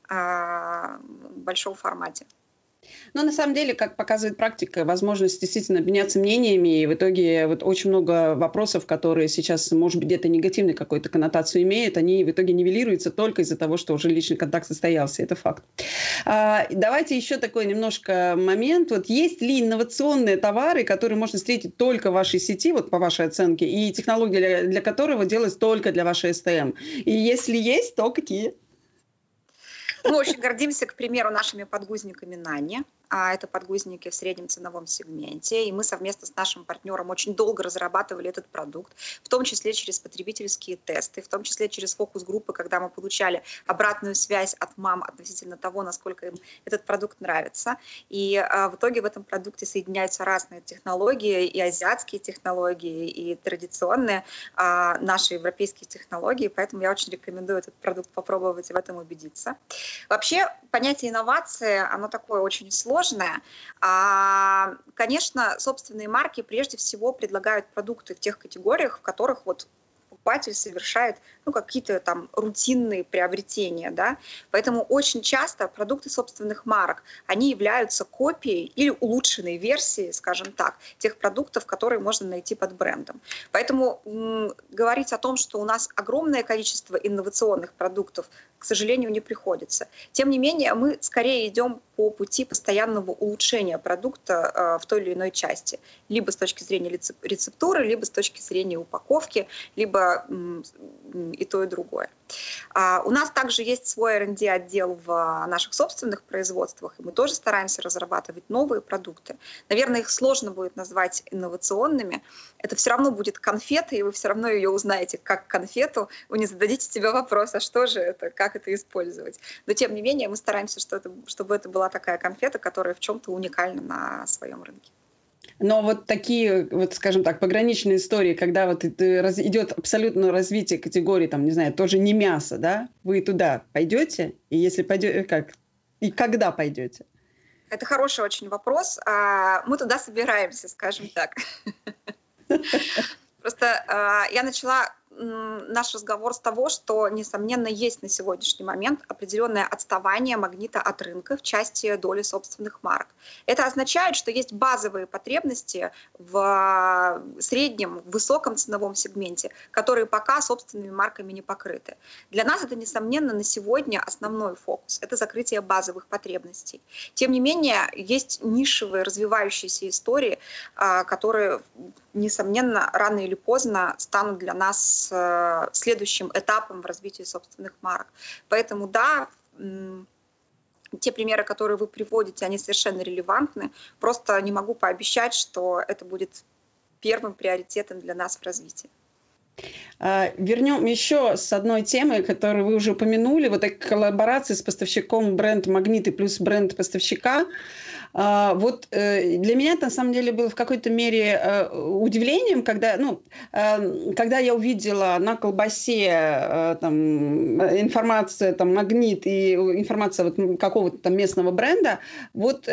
большом формате. Но на самом деле, как показывает практика, возможность действительно обменяться мнениями, и в итоге вот очень много вопросов, которые сейчас, может быть, где-то негативной какой-то коннотацию имеют, они в итоге нивелируются только из-за того, что уже личный контакт состоялся. Это факт. Давайте еще такой немножко момент. Вот есть ли инновационные товары, которые можно встретить только в вашей сети, вот по вашей оценке, и технологии для которого делать только для вашей СТМ? И если есть, то какие? Мы очень гордимся, к примеру, нашими подгузниками Нани. Это подгузники в среднем ценовом сегменте. И мы совместно с нашим партнером очень долго разрабатывали этот продукт, в том числе через потребительские тесты, в том числе через фокус-группы, когда мы получали обратную связь от мам относительно того, насколько им этот продукт нравится. И в итоге в этом продукте соединяются разные технологии, и азиатские технологии, и традиционные наши европейские технологии. Поэтому я очень рекомендую этот продукт попробовать и в этом убедиться. Вообще, понятие инновации, оно такое очень сложное. Конечно, собственные марки прежде всего предлагают продукты в тех категориях, в которых вот покупатель совершает какие-то там рутинные приобретения. Да? Поэтому очень часто продукты собственных марок, они являются копией или улучшенной версией, скажем так, тех продуктов, которые можно найти под брендом. Поэтому говорить о том, что у нас огромное количество инновационных продуктов, к сожалению, не приходится. Тем не менее, мы скорее идем по пути постоянного улучшения продукта в той или иной части. Либо с точки зрения рецептуры, либо с точки зрения упаковки, либо и то, и другое. У нас также есть свой R&D отдел в наших собственных производствах, и мы тоже стараемся разрабатывать новые продукты. Наверное, их сложно будет назвать инновационными. Это все равно будет конфета, и вы все равно ее узнаете как конфету. Вы не зададите себе вопрос, а что же это, как это использовать. Но тем не менее мы стараемся, чтобы это была такая конфета, которая в чем-то уникальна на своем рынке. Но вот такие, вот, скажем так, пограничные истории, когда вот идет абсолютно развитие категории, там, не знаю, тоже не мясо, да, вы туда пойдете? И если пойдете, как? И когда пойдете? Это хороший очень вопрос. Мы туда собираемся, скажем так. Просто я начала наш разговор с того, что, несомненно, есть на сегодняшний момент определенное отставание Магнита от рынка в части доли собственных марок. Это означает, что есть базовые потребности в среднем, высоком ценовом сегменте, которые пока собственными марками не покрыты. Для нас это, несомненно, на сегодня основной фокус. Это закрытие базовых потребностей. Тем не менее, есть нишевые развивающиеся истории, которые, несомненно, рано или поздно станут для нас следующим этапом в развитии собственных марок. Поэтому да, те примеры, которые вы приводите, они совершенно релевантны. Просто не могу пообещать, что это будет первым приоритетом для нас в развитии. Вернем еще с одной темы, которую вы уже упомянули, вот этой коллаборации с поставщиком бренд «Магнит» и плюс бренд поставщика. Вот для меня это на самом деле было в какой-то мере удивлением, когда я увидела на колбасе информация «Магнит» и информация вот какого-то там местного бренда, вот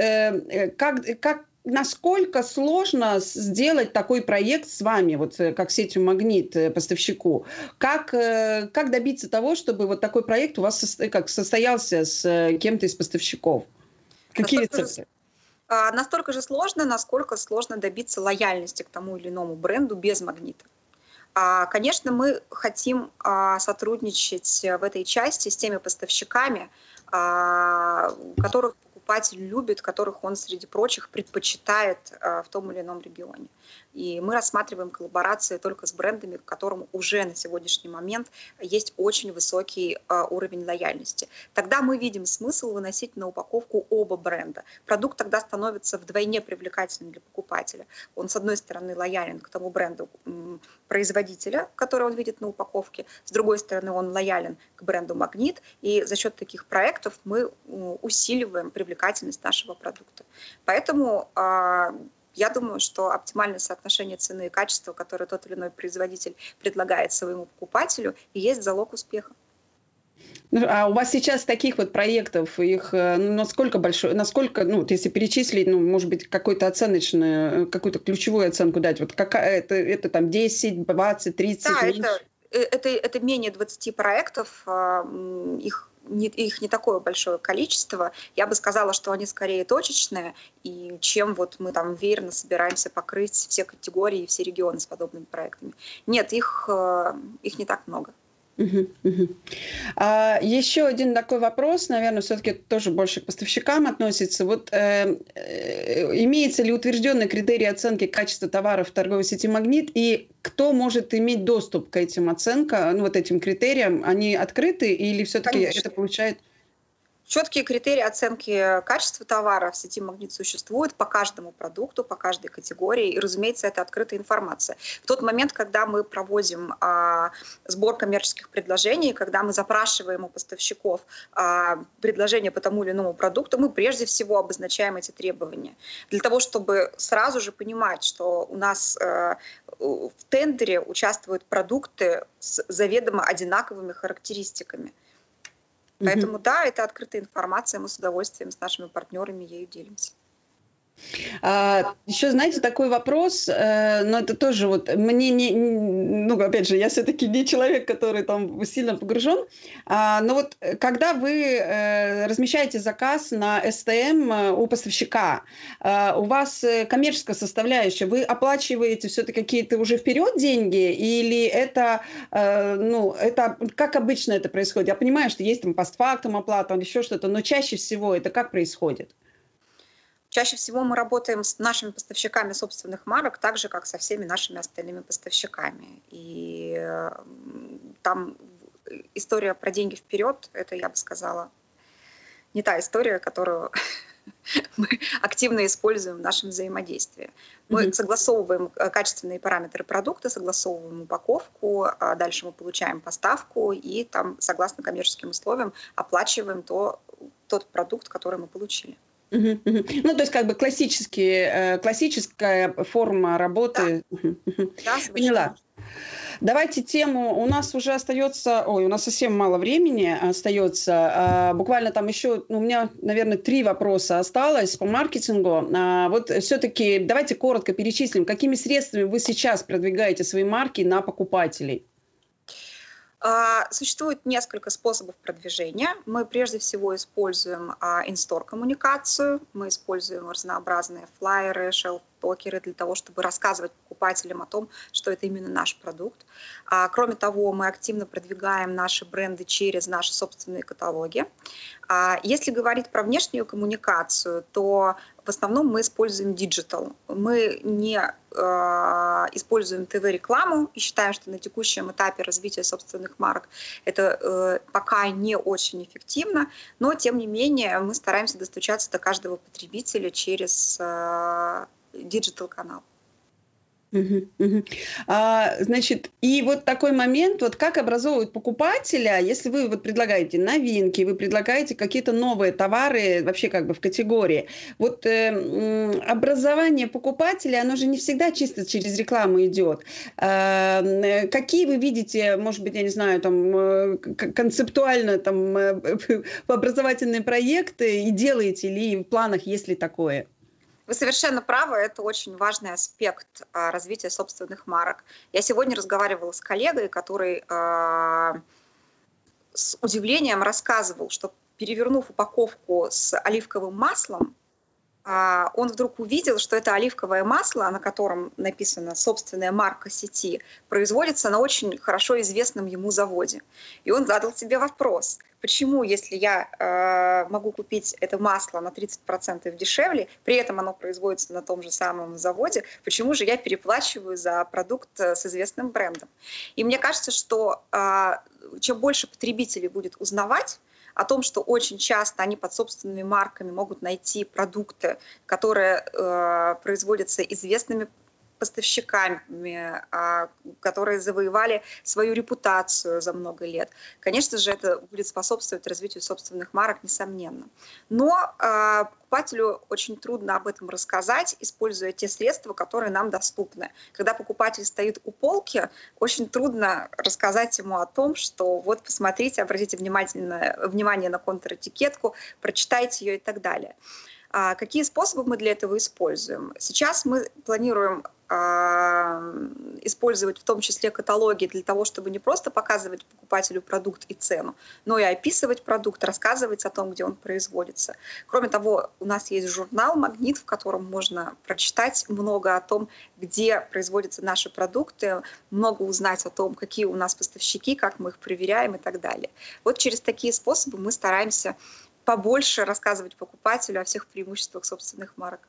насколько сложно сделать такой проект с вами, вот как сетью «Магнит» поставщику? Как добиться того, чтобы вот такой проект у вас состоялся с кем-то из поставщиков? Какие рецепты? Настолько же сложно, насколько сложно добиться лояльности к тому или иному бренду без «Магнита». Конечно, мы хотим сотрудничать в этой части с теми поставщиками, которых покупатель любит, которых он, среди прочих, предпочитает в том или ином регионе. И мы рассматриваем коллаборации только с брендами, к которым уже на сегодняшний момент есть очень высокий уровень лояльности. Тогда мы видим смысл выносить на упаковку оба бренда. Продукт тогда становится вдвойне привлекательным для покупателя. Он, с одной стороны, лоялен к тому бренду производителя, который он видит на упаковке, с другой стороны, он лоялен к бренду «Магнит», и за счет таких проектов мы усиливаем привлекательность нашего продукта. Поэтому я думаю, что оптимальное соотношение цены и качества, которое тот или иной производитель предлагает своему покупателю, и есть залог успеха. А у вас сейчас таких вот проектов, их насколько большое, если перечислить, может быть, какую-то ключевую оценку дать, вот какая это там 10, 20, 30? Да, это менее 20 проектов, их не такое большое количество. Я бы сказала, что они скорее точечные, и чем вот мы там веерно собираемся покрыть все категории и все регионы с подобными проектами. Нет, их не так много. Еще один такой вопрос, наверное, все-таки тоже больше к поставщикам относится. Вот имеется ли утвержденный критерий оценки качества товаров в торговой сети «Магнит», и кто может иметь доступ к этим оценкам, вот этим критериям? Они открыты или все-таки это получает... Четкие критерии оценки качества товара в сети «Магнит» существуют по каждому продукту, по каждой категории. И, разумеется, это открытая информация. В тот момент, когда мы проводим сбор коммерческих предложений, когда мы запрашиваем у поставщиков предложения по тому или иному продукту, мы прежде всего обозначаем эти требования. Для того, чтобы сразу же понимать, что у нас в тендере участвуют продукты с заведомо одинаковыми характеристиками. Поэтому, да, это открытая информация, мы с удовольствием с нашими партнерами ею делимся. Еще, знаете, такой вопрос, но это тоже вот мне ну, опять же, я все-таки не человек, который там сильно погружен, но вот когда вы размещаете заказ на СТМ у поставщика, у вас коммерческая составляющая, вы оплачиваете все-таки какие-то уже вперед деньги, или это, ну, это как обычно это происходит? Я понимаю, что есть там постфактум оплата, еще что-то, но чаще всего это как происходит? Чаще всего мы работаем с нашими поставщиками собственных марок, так же, как со всеми нашими остальными поставщиками. И там история про деньги вперед, это, я бы сказала, не та история, которую мы активно используем в нашем взаимодействии. Мы согласовываем качественные параметры продукта, согласовываем упаковку, дальше мы получаем поставку и там, согласно коммерческим условиям, оплачиваем тот продукт, который мы получили. Ну, то есть как бы классическая форма работы. Да, поняла. Давайте тему, у нас уже остается, у нас совсем мало времени остается, буквально там еще, у меня, наверное, 3 вопроса осталось по маркетингу. Вот все-таки давайте коротко перечислим, какими средствами вы сейчас продвигаете свои марки на покупателей? Существует несколько способов продвижения. Мы прежде всего используем in-store коммуникацию, мы используем разнообразные флайеры, шелф-токеры для того, чтобы рассказывать покупателям о том, что это именно наш продукт. Кроме того, мы активно продвигаем наши бренды через наши собственные каталоги. Если говорить про внешнюю коммуникацию, то в основном мы используем диджитал. Мы не используем ТВ-рекламу и считаем, что на текущем этапе развития собственных марок это пока не очень эффективно, но тем не менее мы стараемся достучаться до каждого потребителя через диджитал-канал. Значит, и вот такой момент, вот как образовывают покупателя, если вы вот предлагаете новинки, вы предлагаете какие-то новые товары вообще как бы в категории. Вот образование покупателя, оно же не всегда чисто через рекламу идет. Какие вы видите, может быть, я не знаю, там концептуально там образовательные проекты и делаете ли в планах, есть ли такое? Вы совершенно правы, это очень важный аспект развития собственных марок. Я сегодня разговаривала с коллегой, который с удивлением рассказывал, что перевернув упаковку с оливковым маслом, он вдруг увидел, что это оливковое масло, на котором написана собственная марка сети, производится на очень хорошо известном ему заводе. И он задал себе вопрос, почему, если я могу купить это масло на 30% дешевле, при этом оно производится на том же самом заводе, почему же я переплачиваю за продукт с известным брендом? И мне кажется, что чем больше потребителей будет узнавать о том, что очень часто они под собственными марками могут найти продукты, которые производятся известными поставщиками, которые завоевали свою репутацию за много лет. Конечно же, это будет способствовать развитию собственных марок, несомненно. Но покупателю очень трудно об этом рассказать, используя те средства, которые нам доступны. Когда покупатель стоит у полки, очень трудно рассказать ему о том, что вот посмотрите, обратите внимание на контр-этикетку, прочитайте ее и так далее. Какие способы мы для этого используем? Сейчас мы планируем использовать в том числе каталоги для того, чтобы не просто показывать покупателю продукт и цену, но и описывать продукт, рассказывать о том, где он производится. Кроме того, у нас есть журнал «Магнит», в котором можно прочитать много о том, где производятся наши продукты, много узнать о том, какие у нас поставщики, как мы их проверяем и так далее. Вот через такие способы мы стараемся побольше рассказывать покупателю о всех преимуществах собственных марок.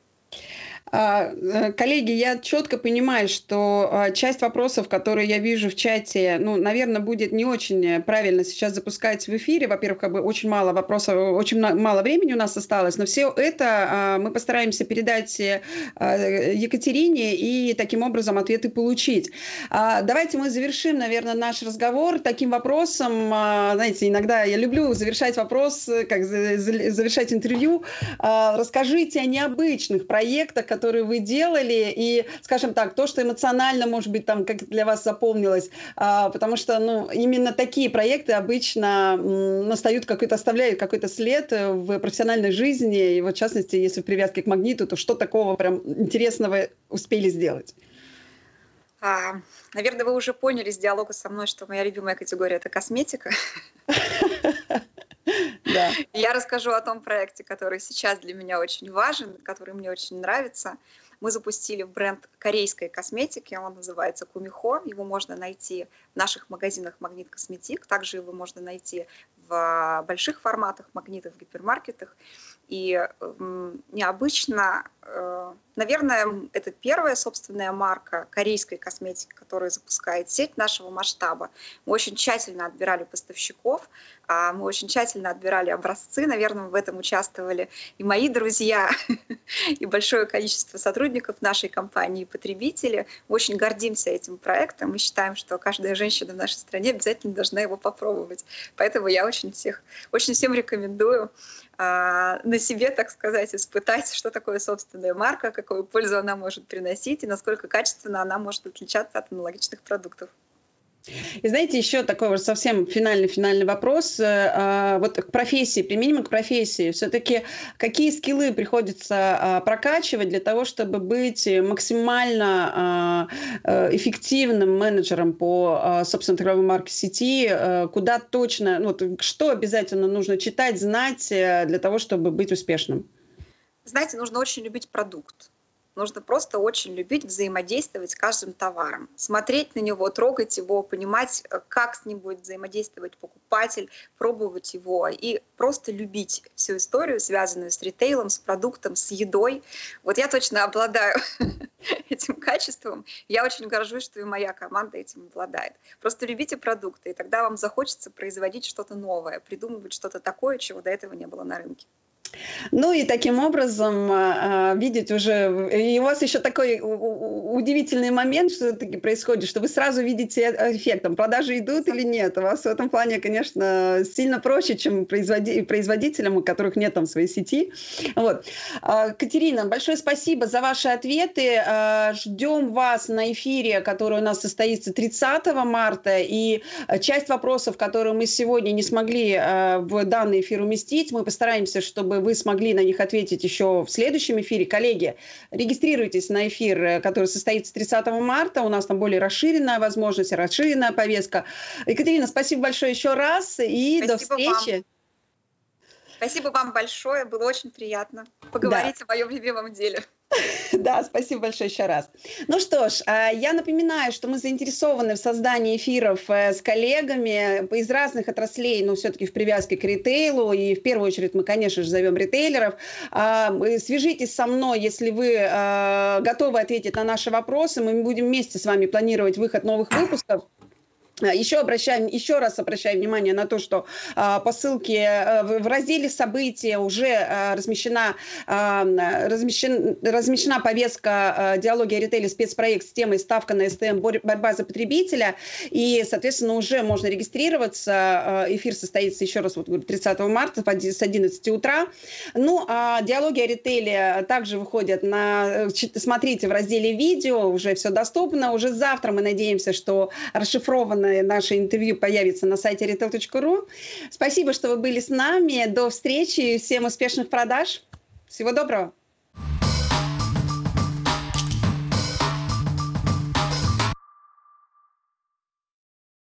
Коллеги, я четко понимаю, что часть вопросов, которые я вижу в чате, наверное, будет не очень правильно сейчас запускать в эфире. Во-первых, как бы очень мало вопросов, очень мало времени у нас осталось, но все это мы постараемся передать Екатерине и таким образом ответы получить. Давайте мы завершим, наверное, наш разговор таким вопросом. Знаете, иногда я люблю завершать вопрос, как завершать интервью. Расскажите о необычных проектах, который вы делали, и, скажем так, то, что эмоционально, может быть, там, как для вас запомнилось, потому что, ну, именно такие проекты обычно оставляют какой-то след в профессиональной жизни, и вот, в частности, если в привязке к магниту, то что такого прям интересного успели сделать? Наверное, вы уже поняли из диалога со мной, что моя любимая категория – это косметика. Да. Я расскажу о том проекте, который сейчас для меня очень важен, который мне очень нравится. Мы запустили бренд корейской косметики, он называется Кумихо. Его можно найти в наших магазинах Магнит Косметик, также его можно найти в больших форматах магнитов, в гипермаркетах. И необычно, наверное, это первая собственная марка корейской косметики, которая запускает сеть нашего масштаба. Мы очень тщательно отбирали поставщиков, мы очень тщательно отбирали образцы, наверное, в этом участвовали и мои друзья, и большое количество сотрудников нашей компании, и потребители. Мы очень гордимся этим проектом, мы считаем, что каждая женщина в нашей стране обязательно должна его попробовать. Поэтому я очень всем рекомендую на себе, так сказать, испытать, что такое собственная марка, какую пользу она может приносить и насколько качественно она может отличаться от аналогичных продуктов. И знаете, еще такой вот совсем финальный вопрос. Вот к профессии, применимо к профессии. Все-таки какие скиллы приходится прокачивать для того, чтобы быть максимально эффективным менеджером по собственной торговой марке сети? Куда точно, что обязательно нужно читать, знать для того, чтобы быть успешным? Знаете, нужно очень любить продукт. Нужно просто очень любить взаимодействовать с каждым товаром, смотреть на него, трогать его, понимать, как с ним будет взаимодействовать покупатель, пробовать его и просто любить всю историю, связанную с ритейлом, с продуктом, с едой. Вот я точно обладаю этим качеством. Я очень горжусь, что и моя команда этим обладает. Просто любите продукты, и тогда вам захочется производить что-то новое, придумывать что-то такое, чего до этого не было на рынке. Ну и таким образом видеть уже, и у вас еще такой удивительный момент все-таки происходит, что вы сразу видите эффект, продажи идут или нет. У вас в этом плане, конечно, сильно проще, чем производителям, у которых нет там своей сети. Вот. Катерина, большое спасибо за ваши ответы. Ждем вас на эфире, который у нас состоится 30 марта, и часть вопросов, которые мы сегодня не смогли в данный эфир уместить, мы постараемся, чтобы вы смогли на них ответить еще в следующем эфире. Коллеги, регистрируйтесь на эфир, который состоится 30 марта. У нас там более расширенная возможность, расширенная повестка. Екатерина, спасибо большое еще раз и до встречи. Спасибо вам большое. Было очень приятно поговорить о моем любимом деле. Да, спасибо большое еще раз. Ну что ж, я напоминаю, что мы заинтересованы в создании эфиров с коллегами из разных отраслей, но все-таки в привязке к ритейлу, и в первую очередь мы, конечно же, зовем ритейлеров. Свяжитесь со мной, если вы готовы ответить на наши вопросы, мы будем вместе с вами планировать выход новых выпусков. Еще раз обращаем внимание на то, что по ссылке в разделе «События» уже размещена повестка «Диалоги о ритейле. Спецпроект с темой «Ставка на СТМ. Борьба за потребителя». И, соответственно, уже можно регистрироваться. Эфир состоится, еще раз, 30 марта с 11 утра. Ну, а «Диалоги о ритейле» также выходят смотрите в разделе «Видео», уже все доступно. Уже завтра мы надеемся, что расшифрованное наше интервью появится на сайте retail.ru. Спасибо, что вы были с нами. До встречи. Всем успешных продаж. Всего доброго.